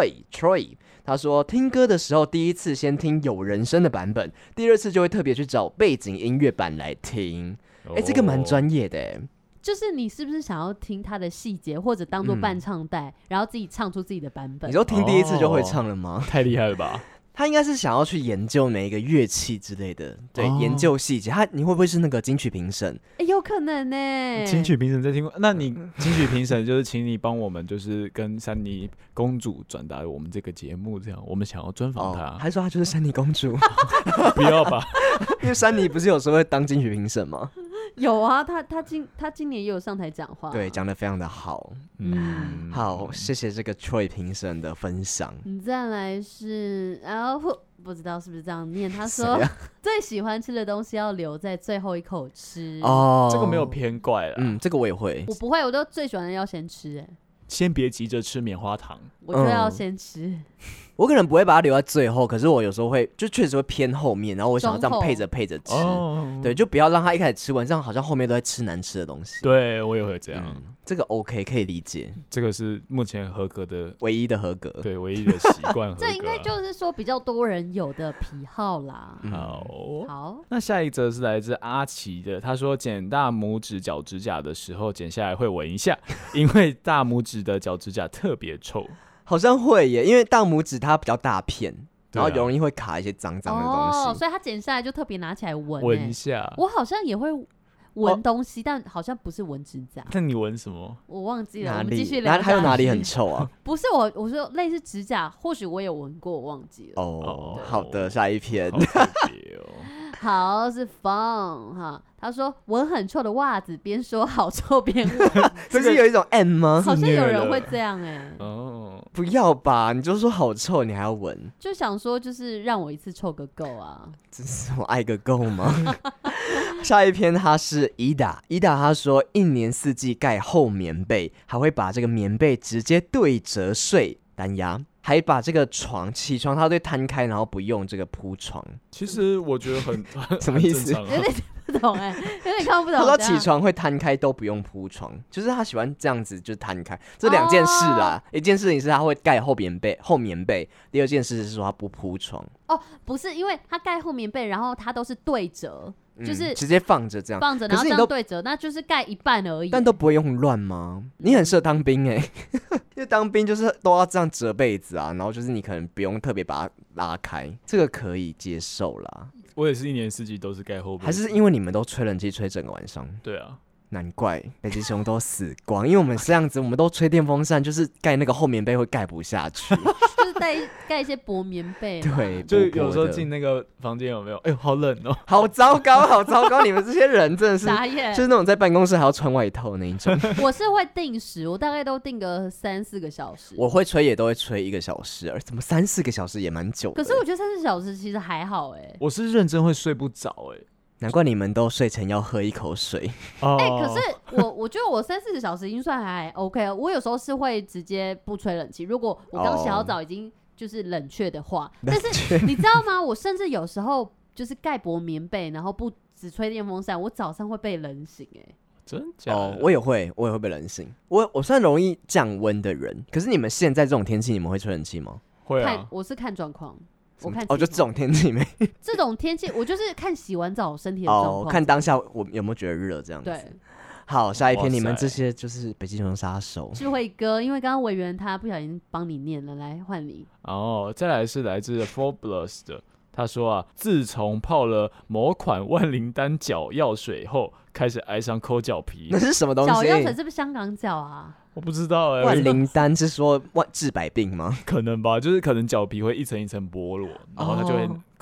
Troy， 他说听歌的时候第一次先听有人声的版本，第二次就会特别去找背景音乐版来听。这个蛮专业的就是你是不是想要听他的细节，或者当做伴唱带，然后自己唱出自己的版本？ 你说听第一次就会唱了吗？ 太厉害了吧！ 他应该是想要去研究每一个乐器之类的，对，研究细节。你会不会是那个金曲评审？ 有可能呢。 金曲评审在听过，那你金曲评审就是请你帮我们，就是跟珊妮公主转达我们这个节目，这样我们想要专访她。 还说她就是珊妮公主？ 不要吧， 因为珊妮不是有时候会当金曲评审吗？ 有啊，他今年也有上台讲话， 对，讲得非常的好。好，谢谢这个 Troy 评审的分享。 再来是，然后不知道是不是这样念，他说最喜欢吃的东西要留在最后一口吃。 这个没有偏怪了。 这个我也会。 我不会，我都最喜欢的要先吃。 先别急着吃棉花糖， 我就要先吃。 我可能不会把它留在最后，可是我有时候会，就确实会偏后面，然后我想要这样配着吃，对，就不要让他一开始吃完，这样好像后面都在吃难吃的东西。 对，我也会这样。 这个 OK 可以理解， 这个是目前合格的唯一的合格， 对，唯一的习惯合格。 这应该就是说比较多人有的癖好啦。 好，那下一则是来自阿奇的，他说剪大拇指脚指甲的时候剪下来会闻一下，因为大拇指的脚指甲特别臭。 好像会耶，因为大拇指它比较大片，然后容易会卡一些脏脏的东西， 所以它剪下来就特别拿起来闻一下。 我好像也会闻东西，但好像不是闻指甲。 那你闻什么？ 我忘记了。 哪里？ 我们继续聊。 还有哪里很臭啊？ 不是我说类似指甲，或许我有闻过，我忘记了。 好的，下一篇。 好，是 Fun 哈。他说闻很臭的袜子，边说好臭边闻。 这是有一种 M 吗？ 好像有人会这样不要吧，你就说好臭，你还要闻？ 就想说就是让我一次臭个够啊！ 这是我爱个够吗？下一篇他是伊达，他说一年四季盖厚棉被，还会把这个棉被直接对折睡，单压。还把这个起床他会摊开，然后不用这个铺床。 其实我觉得很什么意思？ 有点不懂有点看不懂。 他说起床会摊开都不用铺床，就是他喜欢这样子，就是摊开。这两件事啦，一件事情是他会盖厚棉被，第二件事是说他不铺床。 不是，因为他盖厚棉被，然后他都是对折。就是直接放着这样， 然后这样对折，那就是盖一半而已。 但都不会用乱吗？你很适合当兵因为当兵就是都要这样折被子啊，然后就是你可能不用特别把它拉开，这个可以接受啦。 我也是一年四季都是盖厚被， 还是因为你们都吹冷气吹整个晚上？ 对啊。 难怪北极熊都死光，因为我们这样子，我们都吹电风扇，就是盖那个厚棉被会盖不下去， 就是盖一些薄棉被。 对， 就有时候进那个房间有没有？哎呦，好冷哦， 好糟糕，好糟糕！你们这些人真的是傻眼， 就是那种在办公室还要穿外套那一种。 我是会定时，我大概都定个3-4个小时。 我会吹也都会吹1个小时，怎么3-4个小时也蛮久的。 可是我觉得3-4小时其实还好我是认真会睡不着难怪你们都睡前要喝一口水。 可是我觉得我3-4个小时已经算还 OK 了。我有时候是会直接不吹冷气，如果我刚洗好澡已经就是冷却的话。但是你知道吗？我甚至有时候就是盖薄棉被，然后不只吹电风扇，我早上会被冷醒真假的？ 我也会被冷醒。我算容易降温的人，可是你们现在这种天气，你们会吹冷气吗？ 会啊， 我是看状况。我看就这种天气没这种天气，我就是看洗完澡身体的状况， 看当下我有没有觉得热这样子。 对， 好，下一篇你们这些就是北极熊杀手智慧哥，因为刚刚委员他不小心帮你念了，来换你。 再来是来自 Forbes 的，他说自从泡了某款万灵丹脚药水后，开始爱上抠脚皮。 那是什么东西？ 脚药水是不是香港脚啊？ 我不知道万灵丹是说治百病吗？ 可能吧，就是可能脚皮会一层一层剥落，然后它就会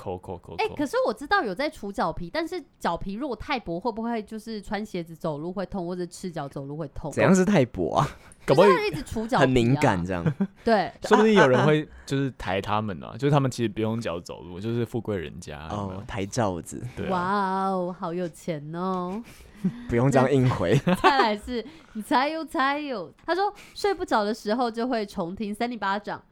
抠。 可是我知道有在除脚皮，但是脚皮如果太薄，会不会就是穿鞋子走路会痛，或者赤脚走路会痛？ 怎样是太薄啊？ 就是一直除脚皮、啊， 很敏感这样。 对， 说不定有人会就是抬他们啊，就是他们其实不用脚走路，就是富贵人家哦，抬轿子。 对啊， 哇哦，好有钱哦。 不用这样硬回。 再来是你才有，他说睡不着的时候就会重听三你巴掌。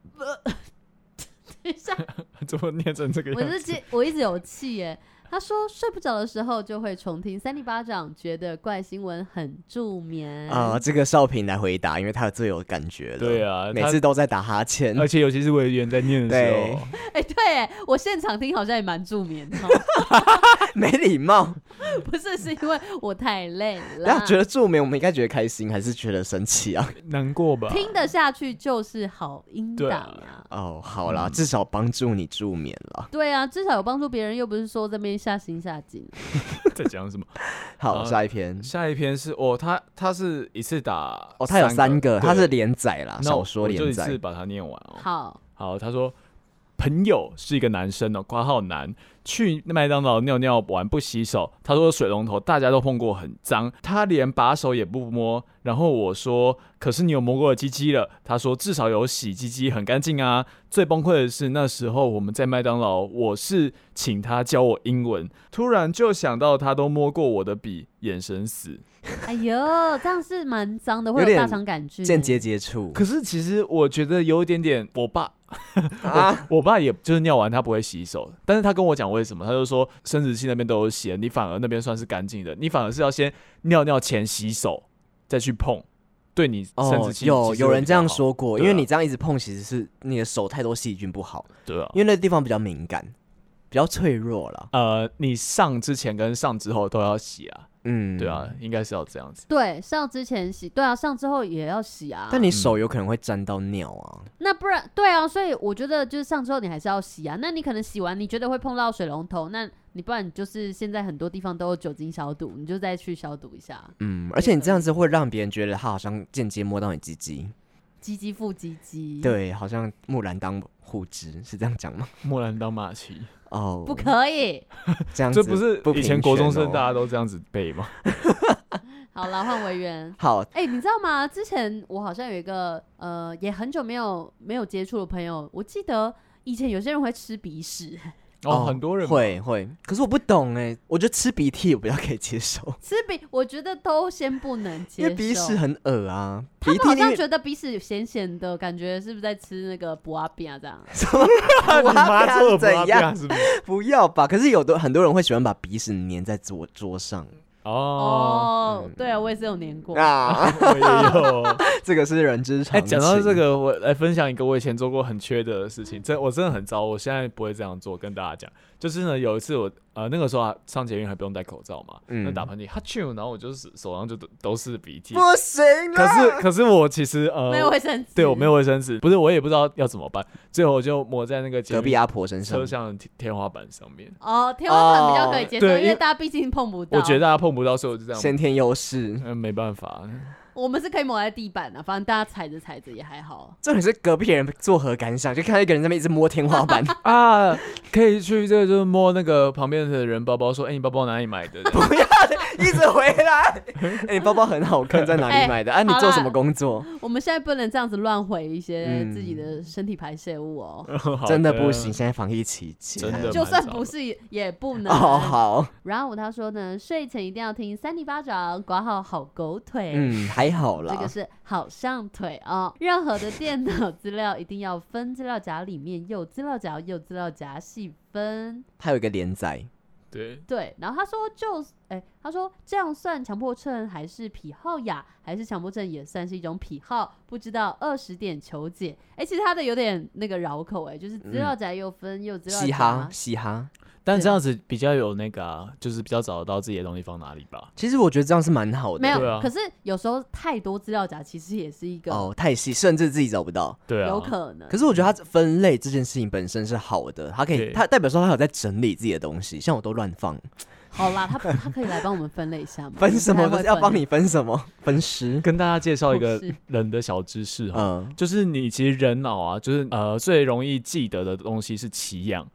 等一下， 怎么念成这个样子？ 我一直有气耶。他说睡不着的时候就会重听三你巴掌，觉得怪新闻很助眠啊。这个少平来回答，因为他最有感觉了。 对啊， 每次都在打哈欠， 而且尤其是委员在念的时候。 对，我现场听好像也蛮助眠的。 没礼貌。 不是因为我太累了。大家觉得助眠，我们应该觉得开心，还是觉得生气啊？ 难过吧。 听得下去就是好音档啊。 哦，好啦，至少帮助你助眠了。 对啊，至少有帮助别人，又不是说这边下心下井。 在讲什么？ 好，下一篇是他是一次打他有3个，他是连载啦，小说连载。 我就一次把它念完好， 他说朋友是一个男生哦，括号男，去麦当劳尿尿完不洗手，他说水龙头大家都碰过很脏，他连把手也不摸。然后我说可是你有摸过鸡鸡了，他说至少有洗鸡鸡很干净啊。最崩溃的是那时候我们在麦当劳，我是请他教我英文，突然就想到他都摸过我的笔，眼神死。 哎呦，这样是蛮脏的，会有大肠杆菌， 间接接触。 可是其实我觉得有一点点，我爸我爸也就是尿完他不会洗手，但是他跟我讲为什么，他就说生殖器那边都有血，你反而那边算是干净的，你反而是要先尿尿前洗手再去碰，对你生殖器有人这样说过，因为你这样一直碰，其实是你的手太多细菌不好， 对啊， 因为那地方比较敏感，比较脆弱了。 你上之前跟上之后都要洗啊。对啊，应该是要这样子。 对，上之前洗，对啊，上之后也要洗啊。 但你手有可能会沾到尿啊。 那不然，对啊，所以我觉得就是上之后你还是要洗啊。那你可能洗完，你觉得会碰到水龙头，那你不然就是现在很多地方都有酒精消毒，你就再去消毒一下。 而且你这样子会让别人觉得他好像间接摸到你鸡鸡。 鸡鸡附鸡鸡。 对，好像木兰当户织是这样讲吗？ 木兰当马骑。 不可以， 这样子这不是以前国中生大家都这样子背吗？ 好啦，换委员。 好， 你知道吗？之前我好像有一个也很久没有接触的朋友，我记得以前有些人会吃鼻屎。 很多人会，可是我不懂我觉得吃鼻涕我比较可以接受。 我觉得都先不能接受， 因为鼻屎很恶啊。 他们好像觉得鼻屎咸咸的感觉，是不是在吃那个卜阿饼这样？ 卜阿饼是怎样？ 是不是？ 不要吧？可是很多人会喜欢把鼻屎粘在桌上。 对啊，我也是有粘过啊，我也有， 这个是人之常情。 讲到这个，我来分享一个我以前做过很缺德的事情，我真的很糟，我现在不会这样做，跟大家讲。就是呢，有一次我那个时候上捷运还不用戴口罩嘛，那打喷嚏哈啾，然后我就是手上就都是鼻涕， 不行了。 可是我其实没有卫生纸， 对我没有卫生纸，不是我也不知道要怎么办，最后我就抹在那个隔壁阿婆身上车厢的天花板上面。 天花板比较可以接受，因为大家毕竟碰不到。 我觉得大家碰不到，所以我就这样。 先天优势， 没办法。 我们是可以抹在地板的，反正大家踩着踩着也还好。 这里是隔壁人作何感想？就看到一个人在那边一直摸天花板啊，可以去这个就是摸那个旁边的人包包，说：“你包包哪里买的？” 不要一直回来。你包包很好看，在哪里买的？你做什么工作？ 我们现在不能这样子乱回一些自己的身体排泄物哦。 真的不行，现在防疫期间， 真的就算不是也不能。 好。 然后他说呢，睡前一定要听三尼巴掌，挂号好狗腿。 还好啦。 这个是好上腿哦。任何的电脑资料一定要分资料夹里面，右资料夹右资料夹细分。 他有一个连载。 对，然后他说他说这样算强迫症还是癖好呀？还是强迫症也算是一种癖好？不知道20点求解。其实他的有点那个绕口就是资料夹又分又资料夹嘻哈。 但这样子比较有那个就是比较找得到自己的东西放哪里吧。 其实我觉得这样是蛮好的。 没有，可是有时候太多资料夹其实也是一个太细，甚至自己找不到。 对啊， 有可能。 可是我觉得它分类这件事情本身是好的，它代表说它有在整理自己的东西，像我都乱放。 好啦，他可以来帮我们分类一下吗？ 分什么？要帮你分什么？分尸？ 跟大家介绍一个人的小知识就是你其实人脑就是最容易记得的东西是奇痒。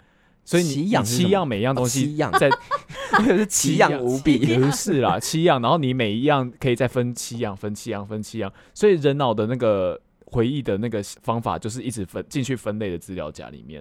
所以你7样每一样东西在， 是奇样无比， 不是啦，7样，然后你每一样可以再分7样，分7样，分7样，所以人脑的那个回忆的那个方法就是一直进去分类的资料夹里面。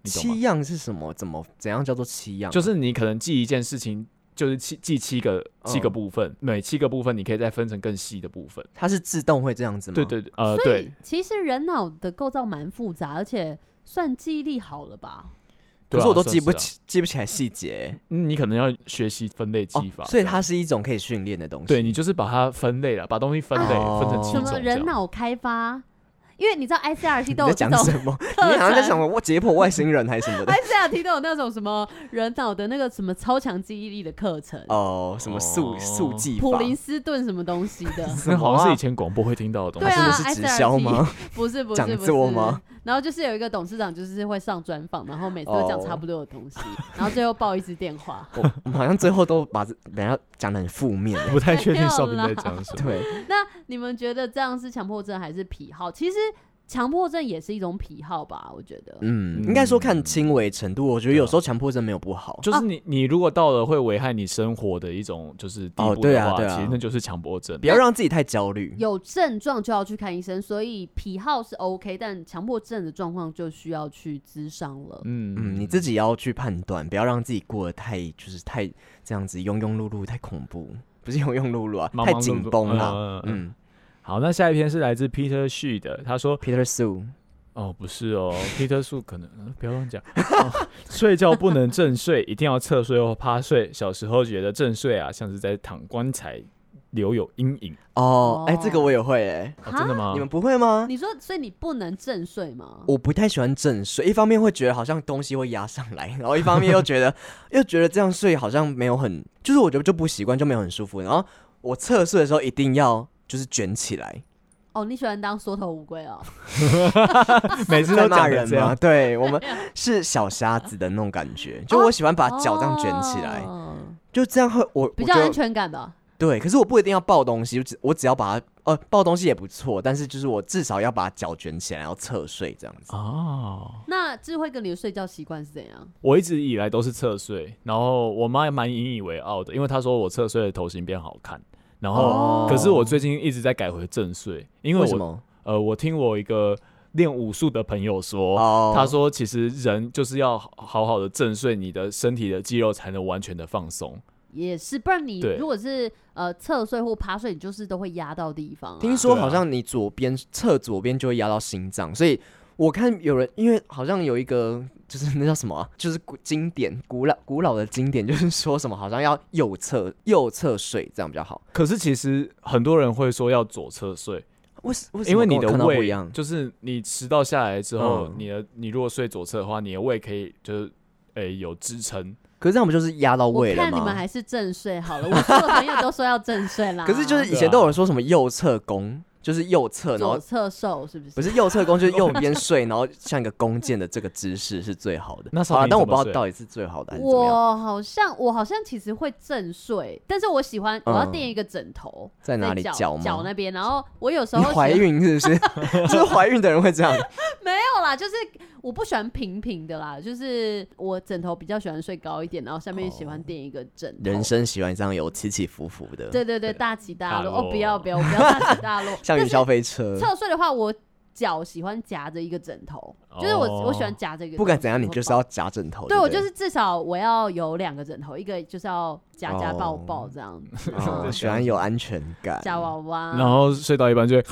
7样是什么？怎样叫做7样？ 就是你可能记一件事情。就是记7个部分，每7个部分你可以再分成更细的部分。 它是自动会这样子吗？ 对， 所以其实人脑的构造蛮复杂，而且算记忆力好了吧？ 可是我都记不起来细节。 你可能要学习分类记法， 所以它是一种可以训练的东西。 对，你就是把它分类了，把东西分类分成7种。 什么人脑开发？因为你知道 ICRT 都有这种，你在讲什么？你好像在想我解剖外星人还是什么的。 ICRT 都有那种什么人脑的那个什么超强记忆力的课程什么速记法、 普林斯顿什么东西的， 那好像是以前广播会听到的东西。 对啊， 是直销吗？ 不是讲座吗？ 然后就是有一个董事长，就是会上专访，然后每次都讲差不多的东西，然后最后报一支电话。 我好像最后都把人家讲得很负面， 不太确定少平在讲什么。 对， 那你们觉得这样是强迫症还是癖好？其实强迫症也是一种癖好吧，我觉得。 应该说看轻微程度。我觉得有时候强迫症没有不好， 就是你如果到了会危害你生活的一种就是地步的话，其实那就是强迫症。 不要让自己太焦虑。 有症状就要去看医生，所以癖好是 OK， 但强迫症的状况就需要去咨商了。 你自己要去判断，不要让自己过得太这样子庸庸碌碌，太恐怖。不是庸庸碌碌啊，太紧绷了。 好，那下一篇是来自 Peter Xu 的，他说 Peter Xu 不是Peter Xu 可能不要乱讲。睡觉不能正睡，一定要侧睡或趴睡。小时候觉得正睡啊，像是在躺棺材，留有阴影。 这个我也会真的吗？ 你们不会吗？ 你说，所以你不能正睡吗？ 我不太喜欢正睡，一方面会觉得好像东西会压上来，然后一方面又觉得这样睡好像没有很，就是我觉得就不习惯，就没有很舒服。然后我侧睡的时候一定要就是卷起来。 你喜欢当缩头乌龟哦？ 每次都骂人吗？ 对，我们是小瞎子的那种感觉，就我喜欢把脚这样卷起来，就这样会我比较安全感吧。 对，可是我不一定要抱东西，我只要把它抱东西也不错，但是就是我至少要把脚卷起来，然后侧睡这样子。 那智慧跟你的睡觉习惯是怎样？ 我一直以来都是侧睡，然后我妈也蛮引以为傲的，因为她说我侧睡的头型变好看。然后，可是我最近一直在改回正睡，因为为什么？ 我听我一个练武术的朋友说，他说其实人就是要好好的正睡，你的身体的肌肉才能完全的放松。 也是，不然你如果是侧睡或趴睡，你就是都会压到地方。 听说好像你侧左边就会压到心脏，所以我看有人，因为好像有一个就是那叫什么就是经典古老的经典，就是说什么好像要右侧睡这样比较好。 可是其实很多人会说要左侧睡， 为什么？ 因为你的胃就是你食道下来之后，你如果睡左侧的话，你的胃可以就是有支撑。 可是这样不就是压到胃了吗？ 我看你们还是正睡好了。我所有的朋友都说要正睡啦。 可是就是以前都有人说什么右侧弓，就是右侧，然后左侧瘦是不是？ 不是右侧弓，就是右边睡，然后像一个弓箭的这个姿势是最好的。 那但我不知道到底是最好的还是怎么样。我好像其实会正睡，但是我喜欢我要垫一个枕头在哪里脚那边，然后我有时候你怀孕是不是？就是怀孕的人会这样？ 没有啦，就是我不喜欢平平的啦，就是我枕头比较喜欢睡高一点，然后下面喜欢垫一个枕头。 人生喜欢这样有起起伏伏的。 对对对，大起大落。不要，我不要大起大落。 像云霄飞车。 侧睡的话，我脚喜欢夹着一个枕头，就是我喜欢夹着一个。 不管怎样，你就是要夹枕头。 对，我就是至少我要有2个枕头，一个就是要夹抱抱这样子。 喜欢有安全感。 夹娃娃， 然后睡到一半就会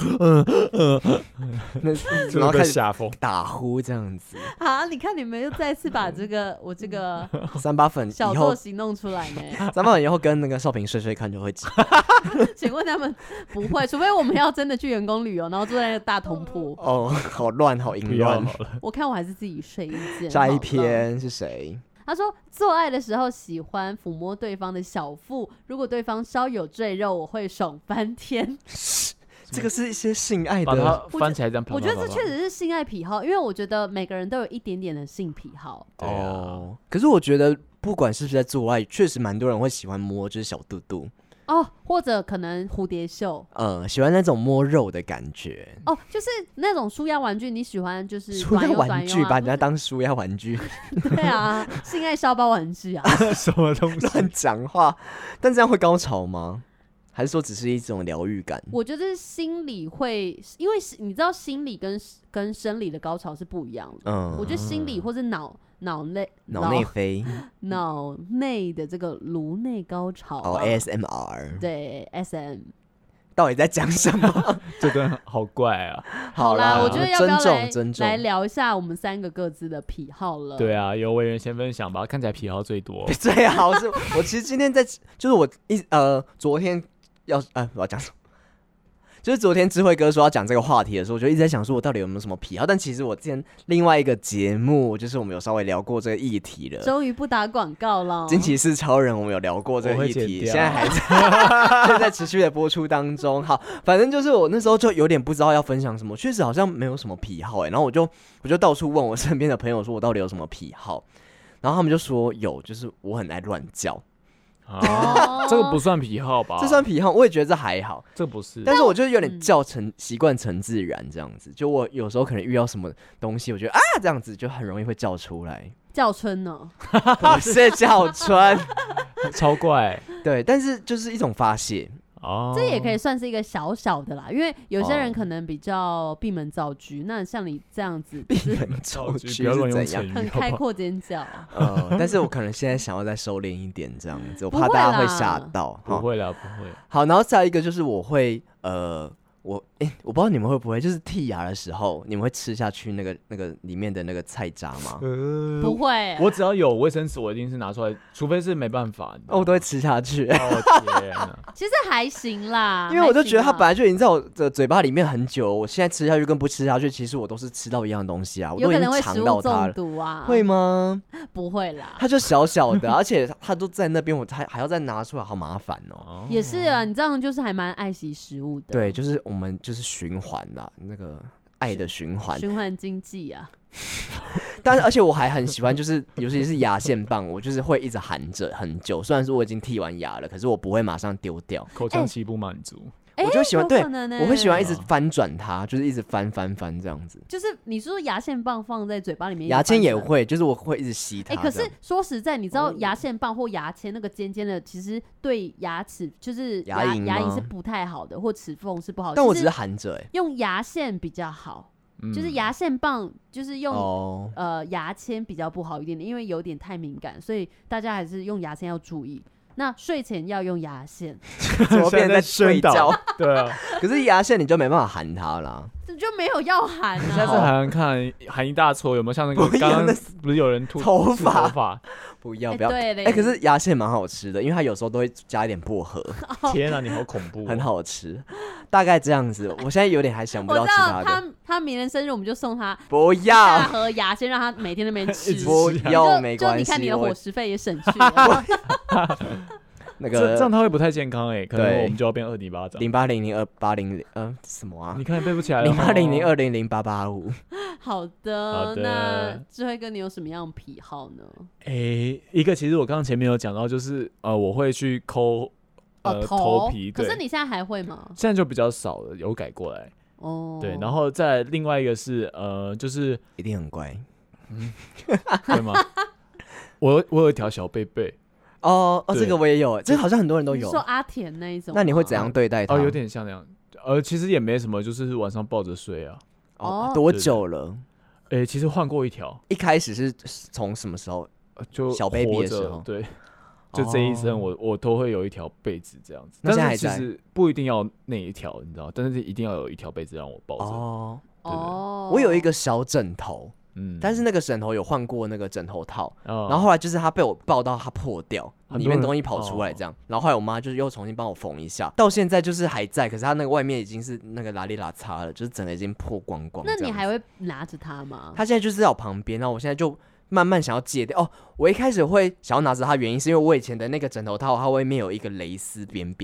然后开始下风打呼这样子。 你看你们又再次把我这个 38粉小作息弄出来呢。 38粉以后跟那个少平睡看就会知。 请问他们不会，除非我们要真的去员工旅游，然后坐在那个大通铺。 好乱，好淫乱。 我看我还是自己睡一间。 下一篇是谁？ 他说做爱的时候喜欢抚摸对方的小腹，如果对方稍有赘肉，我会爽翻天。 这个是一些性爱的， 把它翻起来这样。 我觉得这确实是性爱癖好，因为我觉得每个人都有一点点的性癖好。 可是我觉得不管是不是在做爱，确实蛮多人会喜欢摸就是小肚肚。 哦，或者可能蝴蝶袖， 喜欢那种摸肉的感觉。 哦，就是那种舒压玩具，你喜欢就是舒压玩具，把人家当舒压玩具。 对啊，性爱沙包玩具啊， 什么东西？ 乱讲话。但这样会高潮吗？还是说只是一种疗愈感？ 我觉得心理会，因为你知道心理跟生理的高潮是不一样的。我觉得心理或是脑内啡、脑内的这个颅内高潮 ASMR， 对 SM， 到底在讲什么？ 这段好怪啊！ 好啦，我觉得要不要来聊一下我们3个各自的癖好了？ 对啊，由委员先分享吧，看起来癖好最多。 最好是我其实今天就是我昨天我要讲什么？就是昨天智慧哥说要讲这个话题的时候，我就一直在想说，我到底有没有什么癖好？但其实我之前另外一个节目，就是我们有稍微聊过这个议题了。 终于不打广告了。 惊奇四超人，我们有聊过这个议题，现在还在持续的播出当中。好，反正就是我那时候就有点不知道要分享什么，确实好像没有什么癖好然后我就到处问我身边的朋友，说我到底有什么癖好，然后他们就说有，就是我很爱乱叫。 这个不算癖好吧？ 这算癖好，我也觉得这还好， 这不是。 但是我就有点叫习惯成自然这样子，就我有时候可能遇到什么东西，我觉得这样子就很容易会叫出来。 叫春呢？ 不是叫春， 超怪。 对，但是就是一种发泄。 这也可以算是一个小小的啦，因为有些人可能比较闭门造车，那像你这样子闭门造车是怎样？ 很开阔尖叫。 但是我可能现在想要再收敛一点，这样子，我怕大家会吓到。 不会啦，不会。 好，然后再一个就是我会我不知道你们会不会，就是剔牙的时候，你们会吃下去那个里面的那个菜渣吗？ 不会， 我只要有卫生纸，我一定是拿出来，除非是没办法， 我都会吃下去。 天哪！ 其实还行啦， 因为我就觉得它本来就已经在我的嘴巴里面很久，我现在吃下去跟不吃下去，其实我都是吃到一样的东西啊，我都已经尝到它了。有可能会食物中毒啊？会吗？ 不会啦， 它就小小的，而且它都在那边，我还要再拿出来，好麻烦哦。 也是啊，你这样就是还蛮爱惜食物的。 对，就是我们就是循环啦，那个爱的循环经济啊。 但是而且我还很喜欢，就是尤其是牙线棒，我就是会一直含着很久。虽然说我已经剔完牙了，可是我不会马上丢掉， 口腔期不满足。 我就喜欢对，我会喜欢一直翻转它，就是一直翻这样子。 就是你说牙线棒放在嘴巴里面， 牙签也会，就是我会一直吸它。 可是说实在，你知道牙线棒或牙签那个尖尖的，其实对牙齿就是牙龈是不太好的，或齿缝是不好的。 但我只是含着用牙线比较好。就是牙线棒，就是用牙签比较不好一点点，因为有点太敏感，所以大家还是用牙签要注意。那睡前要用牙线， 怎么变成在睡觉？ 对啊， 可是牙线你就没办法含它啦， 这就没有要含啊。 下次含看含一大撮，有没有像那个刚刚不是有人吐头发？不要，可是牙线蛮好吃的，因为它有时候都会加一点薄荷。 天啊，你好恐怖！ 很好吃，大概这样子。我现在有点还想不到其他的。 他明年生日我们就送他不要大盒牙线，让他每天那边吃。 不要，没关系。 就你看你的伙食费也省去了。 那个这样他会不太健康可能我们就要变208掌。 08002800什么啊？ 你看背不起来了。 0800200885。 好的，那智慧哥你有什么样的癖好呢？ 一个其实我刚刚前面有讲到，就是我会去抠头皮。 可是你现在还会吗？ 现在就比较少了，有改过来。对，然后再另外一个是就是一定很乖， 对吗？我有一条小贝贝。 这个我也有，这个好像很多人都有。 说阿田那一种， 那你会怎样对待他？ 有点像那样。其实也没什么，就是晚上抱着睡啊。 多久了？ 其实换过一条。 一开始是从什么时候？ 就小 baby 的时候。 对，就这一生我都会有一条被子这样子。 但是其实不一定要那一条，你知道，但是一定要有一条被子让我抱着。 我有一个小枕头。但是那个枕头有换过那个枕头套，然后后来就是它被我抱到它破掉，里面东西跑出来这样，然后后来我妈就是又重新帮我缝一下，到现在就是还在，可是它那个外面已经是那个拉里拉擦了，就是整个已经破光光。 那你还会拿着它吗？ 它现在就是在我旁边，然后我现在就慢慢想要戒掉。我一开始会想要拿着它，原因是因为我以前的那个枕头套，它外面有一个蕾丝边边，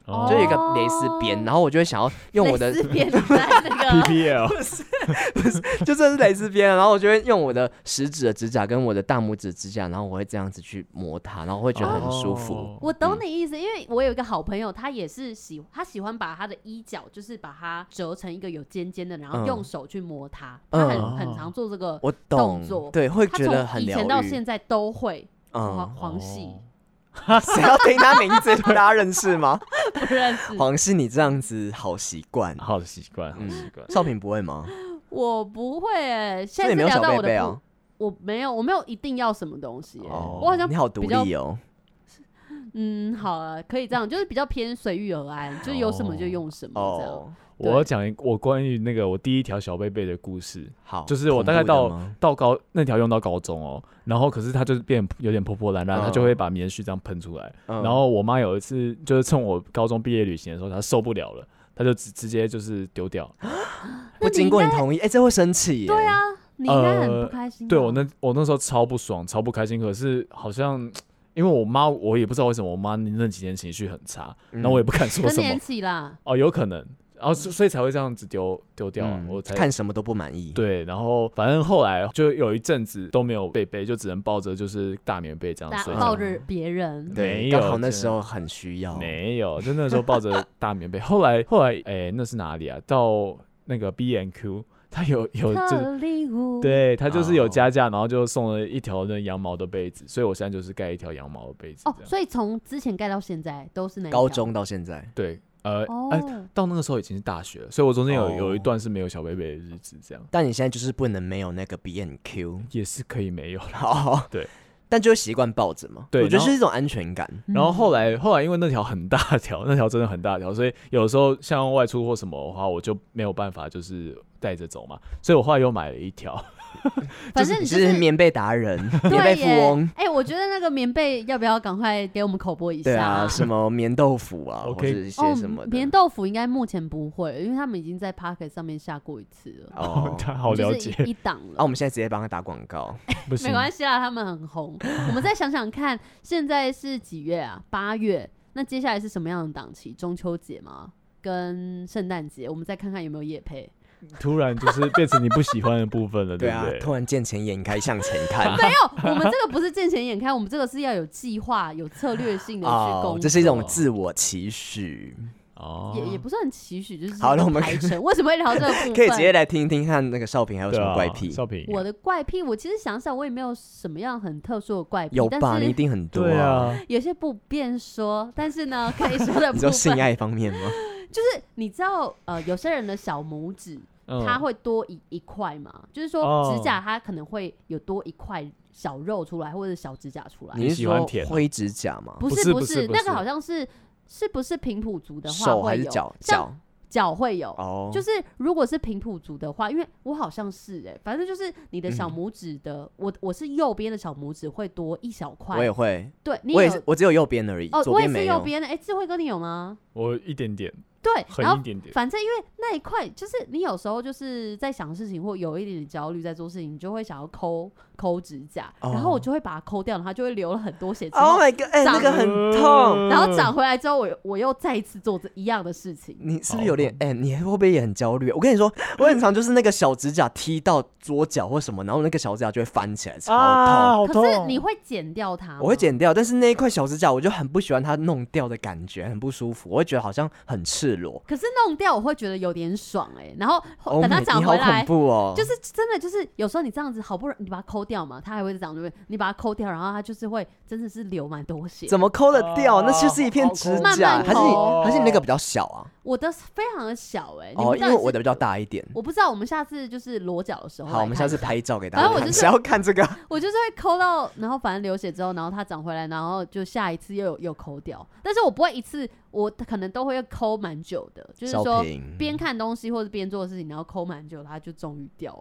就有一个蕾丝边，然后我就会想要用我的蕾丝边在那个 PPL 不是，就这是蕾丝边，然后我就会用我的食指的指甲跟我的大拇指指甲，然后我会这样子去磨它，然后会觉得很舒服。 我懂你意思，因为我有一个好朋友，他也是他喜欢把他的衣角就是把它折成一个有尖尖的，然后用手去摸它，他很常做这个动作， 对，会觉得很疗愈。 他从以前到现在都会。黄系。 谁要听他名字？大家认识吗？ 不认识。 黄系，你这样子好习惯， 好习惯。 少平不会吗？ 我不会哎，现在是聊到我的啊。 我没有一定要什么东西我好像你好独立哦。 好了，可以这样，就是比较偏随遇而安，就是有什么就用什么这样。 我要讲我关于那个我第一条小贝贝的故事。 好， 就是我大概到那条用到高中哦，然后可是它就是变有点破破烂烂，它就会把棉絮这样喷出来。然后我妈有一次就是趁我高中毕业旅行的时候，她受不了了，她就直接就是丢掉， 不经过你同意，这会生气耶。 对啊，你应该很不开心。 对我那时候超不爽，超不开心，可是好像。因为我妈，我也不知道为什么我妈那几天情绪很差，然后我也不敢说什么。 更年期啦。 有可能，然后所以才会这样子丢掉我才看什么都不满意。 对，然后反正后来就有一阵子都没有被背，就只能抱着就是大棉被这样睡觉。 抱着别人。 对，刚好那时候很需要。 没有，就那时候抱着大棉被。后来，那是哪里啊？到那个 B&Q。他有对他就是有加价，然后就送了一条那羊毛的被子，所以我现在就是盖一条羊毛的被子。 所以从之前盖到现在都是那高中到现在， 对，到那个时候已经是大学了，所以我中间有一段是没有小贝贝的日子这样。 但你现在就是不能没有那个 B&Q， 也是可以没有了。 对。 但就会习惯抱着嘛，对，我觉得是一种安全感。 然后后来因为那条很大条，那条真的很大条，所以有时候像外出或什么的话，我就没有办法就是带着走嘛，所以我后来又买了一条。 反正你是棉被达人，棉被富翁。 我觉得那个棉被要不要赶快给我们口播一下？ 对啊，什么棉豆腐啊，或者一些什么的。 棉豆腐应该目前不会，因为他们已经在 Pocket 上面下过一次了。 他好了解， 就是一档了。 我们现在直接帮他打广告， 没关系啦，他们很红。我们再想想看，现在是几月啊？8月。那接下来是什么样的档期？中秋节吗？跟圣诞节？我们再看看有没有业配。 突然就是变成你不喜欢的部分了，对不对？ 突然见钱眼开向前看。 没有，我们这个不是见钱眼开，我们这个是要有计划、有策略性的去工作。 这是一种自我期许。 也不是很期许，就是好了，我们排程。为什么会聊这个部分？ 可以直接来听听看那个少平还有什么怪癖。 少平， 我的怪癖，我其实想想，我也没有什么样很特殊的怪癖。 有吧？你一定很多。 对啊， 有些不便说，但是呢，可以说的部分。 你说性爱方面吗？ 就是你知道，有些人的小拇指。它会多一块嘛，就是说指甲它可能会有多一块小肉出来，或者小指甲出来。 你喜欢舔灰指甲吗？ 不是，那个好像是不是平埔族的话手还是脚会有，就是如果是平埔族的话，因为我好像是反正就是你的小拇指的，我是右边的小拇指会多一小块。 我也会， 对， 我只有右边而已，左边没有。 我也是右边的。智慧哥你有吗？ 我一点点。 对，然后一点点反正因为那一块，就是你有时候就是在想事情或有一点点焦虑，在做事情，你就会想要抠指甲，然后我就会把它抠掉，它就会流了很多血。 Oh my god，那个很痛。 然后长回来之后，我又再一次做一样的事情。 你是不是有点你会不会也很焦虑？我跟你说，我很常就是那个小指甲踢到桌角或什么，然后那个小指甲就会翻起来，超痛。 可是你会剪掉它吗？ 我会剪掉，但是那一块小指甲我就很不喜欢它弄掉的感觉，很不舒服，我会觉得好像很赤裸。 可是弄掉我会觉得有点爽然后等它长回来， 你好恐怖哦！ 就是真的就是有时候你这样子好不容易你把它抠掉嘛，它还会长，对不对？你把它抠掉，然后它就是会真的是流蛮多血。 怎么抠得掉？那就是一片指甲，还是你那个比较小啊？ 我的非常的小因为我的比较大一点。 我不知道，我们下次就是裸脚的时候， 好，我们下次拍照给大家看。 反正我就是要看这个， 我就是会抠到，然后反正流血之后，然后它长回来，然后就下一次又抠掉。但是我不会一次，我可能都会抠蛮久的，就是说边看东西或者边做事情，然后抠蛮久，它就终于掉了。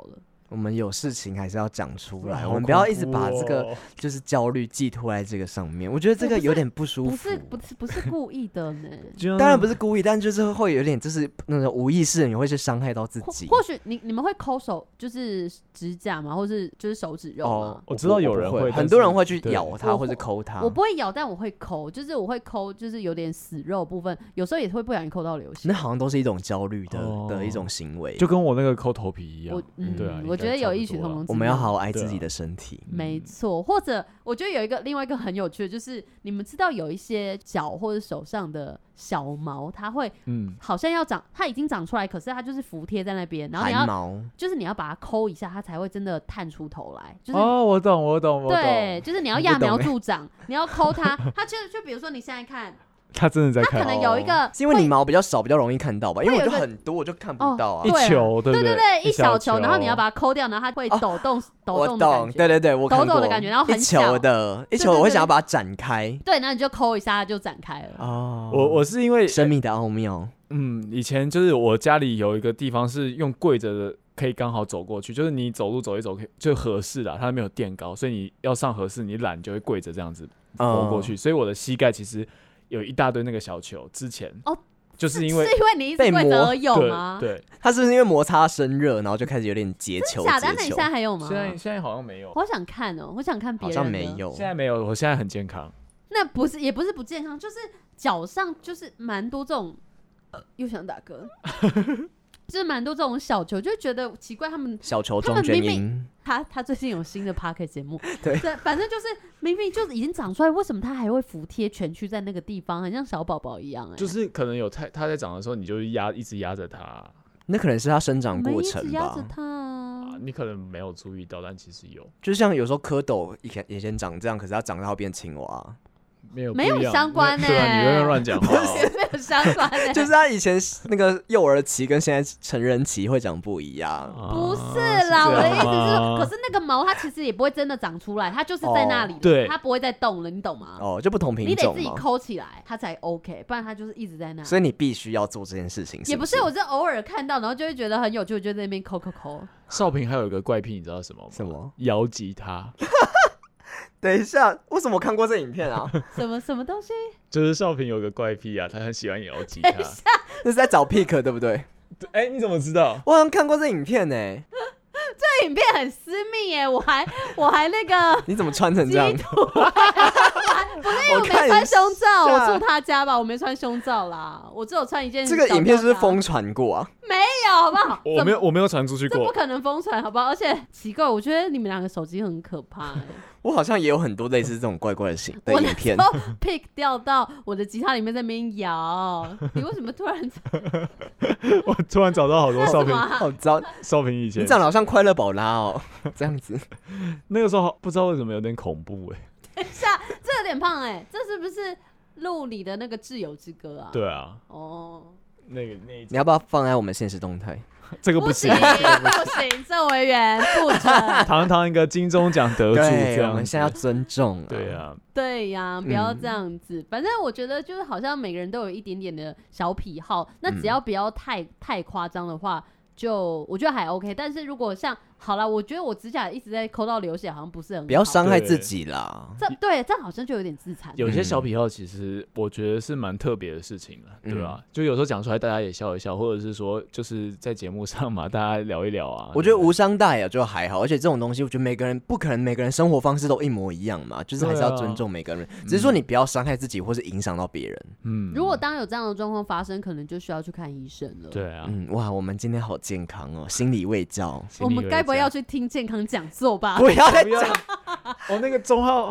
我们有事情还是要讲出来，我们不要一直把这个就是焦虑寄托在这个上面。我觉得这个有点不舒服。 不是故意的呢。 当然不是故意，但就是会有点就是那种无意识，你会去伤害到自己。 或许你们会抠手，就是指甲吗？或是就是手指肉吗？ 我知道有人会， 很多人会去咬它或者抠它。 我不会咬，但我会抠，就是我会抠，就是有点死肉部分，有时候也会不小心抠到流血。 那好像都是一种焦虑的一种行为， 就跟我那个抠头皮一样。对啊， 我觉得有异曲同工之妙。 我们要好好爱自己的身体， 没错。或者我觉得另外一个很有趣的，就是你们知道有一些脚或者手上的小毛，它会好像要长，它已经长出来，可是它就是服贴在那边，然后你要把它抠一下，它才会真的探出头来。就是我懂。 对，就是你要揠苗助长，你要抠它，它就比如说你现在看。 他真的在看， 他可能有一个， 是因为你毛比较少，比较容易看到吧？因为我就很多，我就看不到啊。 一球，对， 一小球，然后你要把它抠掉，然后它会抖动的感觉。 对，我看过抖抖的感觉，然后很小一球，我会想要把它展开。 对，然后你就抠一下，它就展开了。 哦，我是因为生命的奥妙。 以前就是我家里有一个地方是用跪着的，可以刚好走过去，就是你走路走一走就合适啦，它没有垫高，所以你要上合适，你懒就会跪着这样子挪过去，所以我的膝盖其实。有一大堆那个小球，之前就是因为你一直跪着而有吗？ 对， 他是不是因为摩擦生热，然后就开始有点结球？ 假的？那你现在还有吗？ 现在好像没有。 我想看哦，我想看别人的。 好像没有， 现在没有，我现在很健康。 那也不是不健康，就是脚上就是蛮多这种，又想打嗝。就是蛮多这种小球，就觉得奇怪，他们小球装卷音。 他最近有新的 Podcast 节目， 对， 反正就是明明就已经长出来，为什么他还会服贴全区在那个地方，很像小宝宝一样？ 就是可能有他在长的时候，你就一直压着他， 那可能是他生长过程吧。 一直压着他你可能没有注意到，但其实有。 就像有时候蝌蚪以前长这样，可是它长大后变青蛙。 没有相关对啊，你不要乱讲话。 没有相关就是他以前那个幼儿期跟现在成人期会长不一样。 不是啦，我的意思是，可是那个毛它其实也不会真的长出来，它就是在那里， 对， 它不会再动了，你懂吗？ 就不同品种， 你得自己抠起来，它才 OK， 不然它就是一直在那。 所以你必须要做这件事情。 也不是，我是偶尔看到，然后就会觉得很有趣，我就在那边抠。 少平还有一个怪癖，你知道什么吗？ 什么？ 摇吉他。 等一下，为什么我看过这影片啊？ 什么东西？ 就是少平有个怪癖啊，他很喜欢摇吉他。 那是在找 pick 对不对？ 你怎么知道？ 我好像看过这影片呢。 这影片很私密耶，我还那个。 你怎么穿成这样？ 不是因为我没穿胸罩，我住他家吧，我没穿胸罩啦，我只有穿一件。 这个影片是不是疯传过啊？ 没有，好不好？ 我没有传出去过， 这不可能疯传，好不好？而且奇怪，我觉得你们两个手机很可怕。 我好像也有很多类似这种怪怪的影片。 我那时候 pick 掉到我的吉他里面在那边摇，你为什么突然？ 我突然找到好多少平， 好糟， 少平以前你长得好像快乐宝拉哦，这样子。 那个时候不知道为什么有点恐怖等一下，这有点胖这是不是录里的那个挚友之歌啊？ 对啊。那你要不要放在我们现实动态？ 这个不行， 不行，郑维元不准。 堂一个金钟奖得主，这样我们现在要尊重。 对呀，不要这样子。反正我觉得就是好像每个人都有一点点的小癖好，那只要不要太夸张的话，就我觉得还 OK。但是如果像好啦，我觉得我指甲一直在抠到流血，好像不是很好， 不要伤害自己啦。 这样好像就有点自残。 有些小癖好其实我觉得是蛮特别的事情了，对吧？就有时候讲出来大家也笑一笑，或者是说就是在节目上嘛，大家聊一聊啊。 我觉得无伤大雅就还好，而且这种东西，我觉得不可能每个人生活方式都一模一样嘛，就是还是要尊重每个人。只是说你不要伤害自己，或是影响到别人。 如果当有这样的状况发生，可能就需要去看医生了。 对啊。 哇，我们今天好健康哦，心理卫教。 我们该不会要去听健康讲座吧？ 不要再讲。 那个钟浩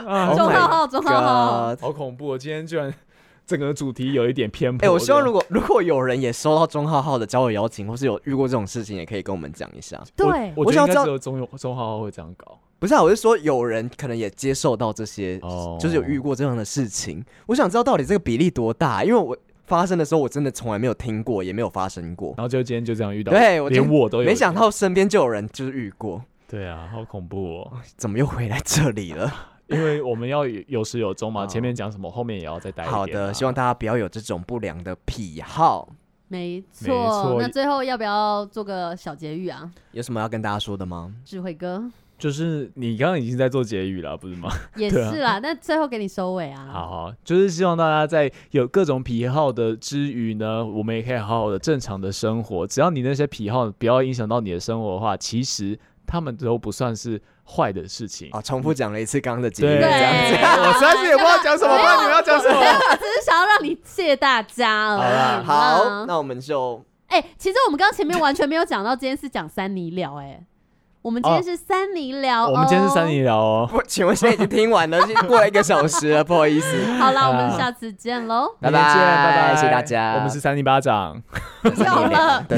号， 好恐怖！我今天居然整个主题有一点偏颇。 我希望如果有人也收到钟浩浩的交友邀请，或是有遇过这种事情，也可以跟我们讲一下。 对， 我觉得应该只有钟浩浩会这样搞。 不是我是说有人可能也接受到这些，就是有遇过这样的事情。我想知道到底这个比例多大，因为我发生的时候我真的从来没有听过，也没有发生过。 然后就今天就这样遇到， 对， 连我都有， 没想到身边就有人就是遇过。 对啊，好恐怖哦！ 怎么又回来这里了？ 因为我们要有始有终嘛，前面讲什么，后面也要再带一点。 好的，希望大家不要有这种不良的癖好。 没错。那最后要不要做个小结语啊？ 有什么要跟大家说的吗？ 智慧哥， 就是你刚刚已经在做结语了，不是吗？ 也是啦，那最后给你收尾啊。 好，就是希望大家在有各种癖好的之余呢，我们也可以好好的正常的生活。只要你那些癖好不要影响到你的生活的话，其实他们都不算是坏的事情。 重复讲了一次刚刚的结语， 这样子。我实在是也不知道讲什么，不知道你们要讲什么。 我只是想要让你谢大家了。 好，那我们就其实我们刚刚前面完全没有讲到，今天是讲三尼聊我们今天是三尼聊， 我们今天是三尼聊哦。 请问现在已经听完了，过了1个小时了，不好意思。 好啦，我们下次见喽， 拜拜，谢谢大家。 我们是三尼巴掌， 有了。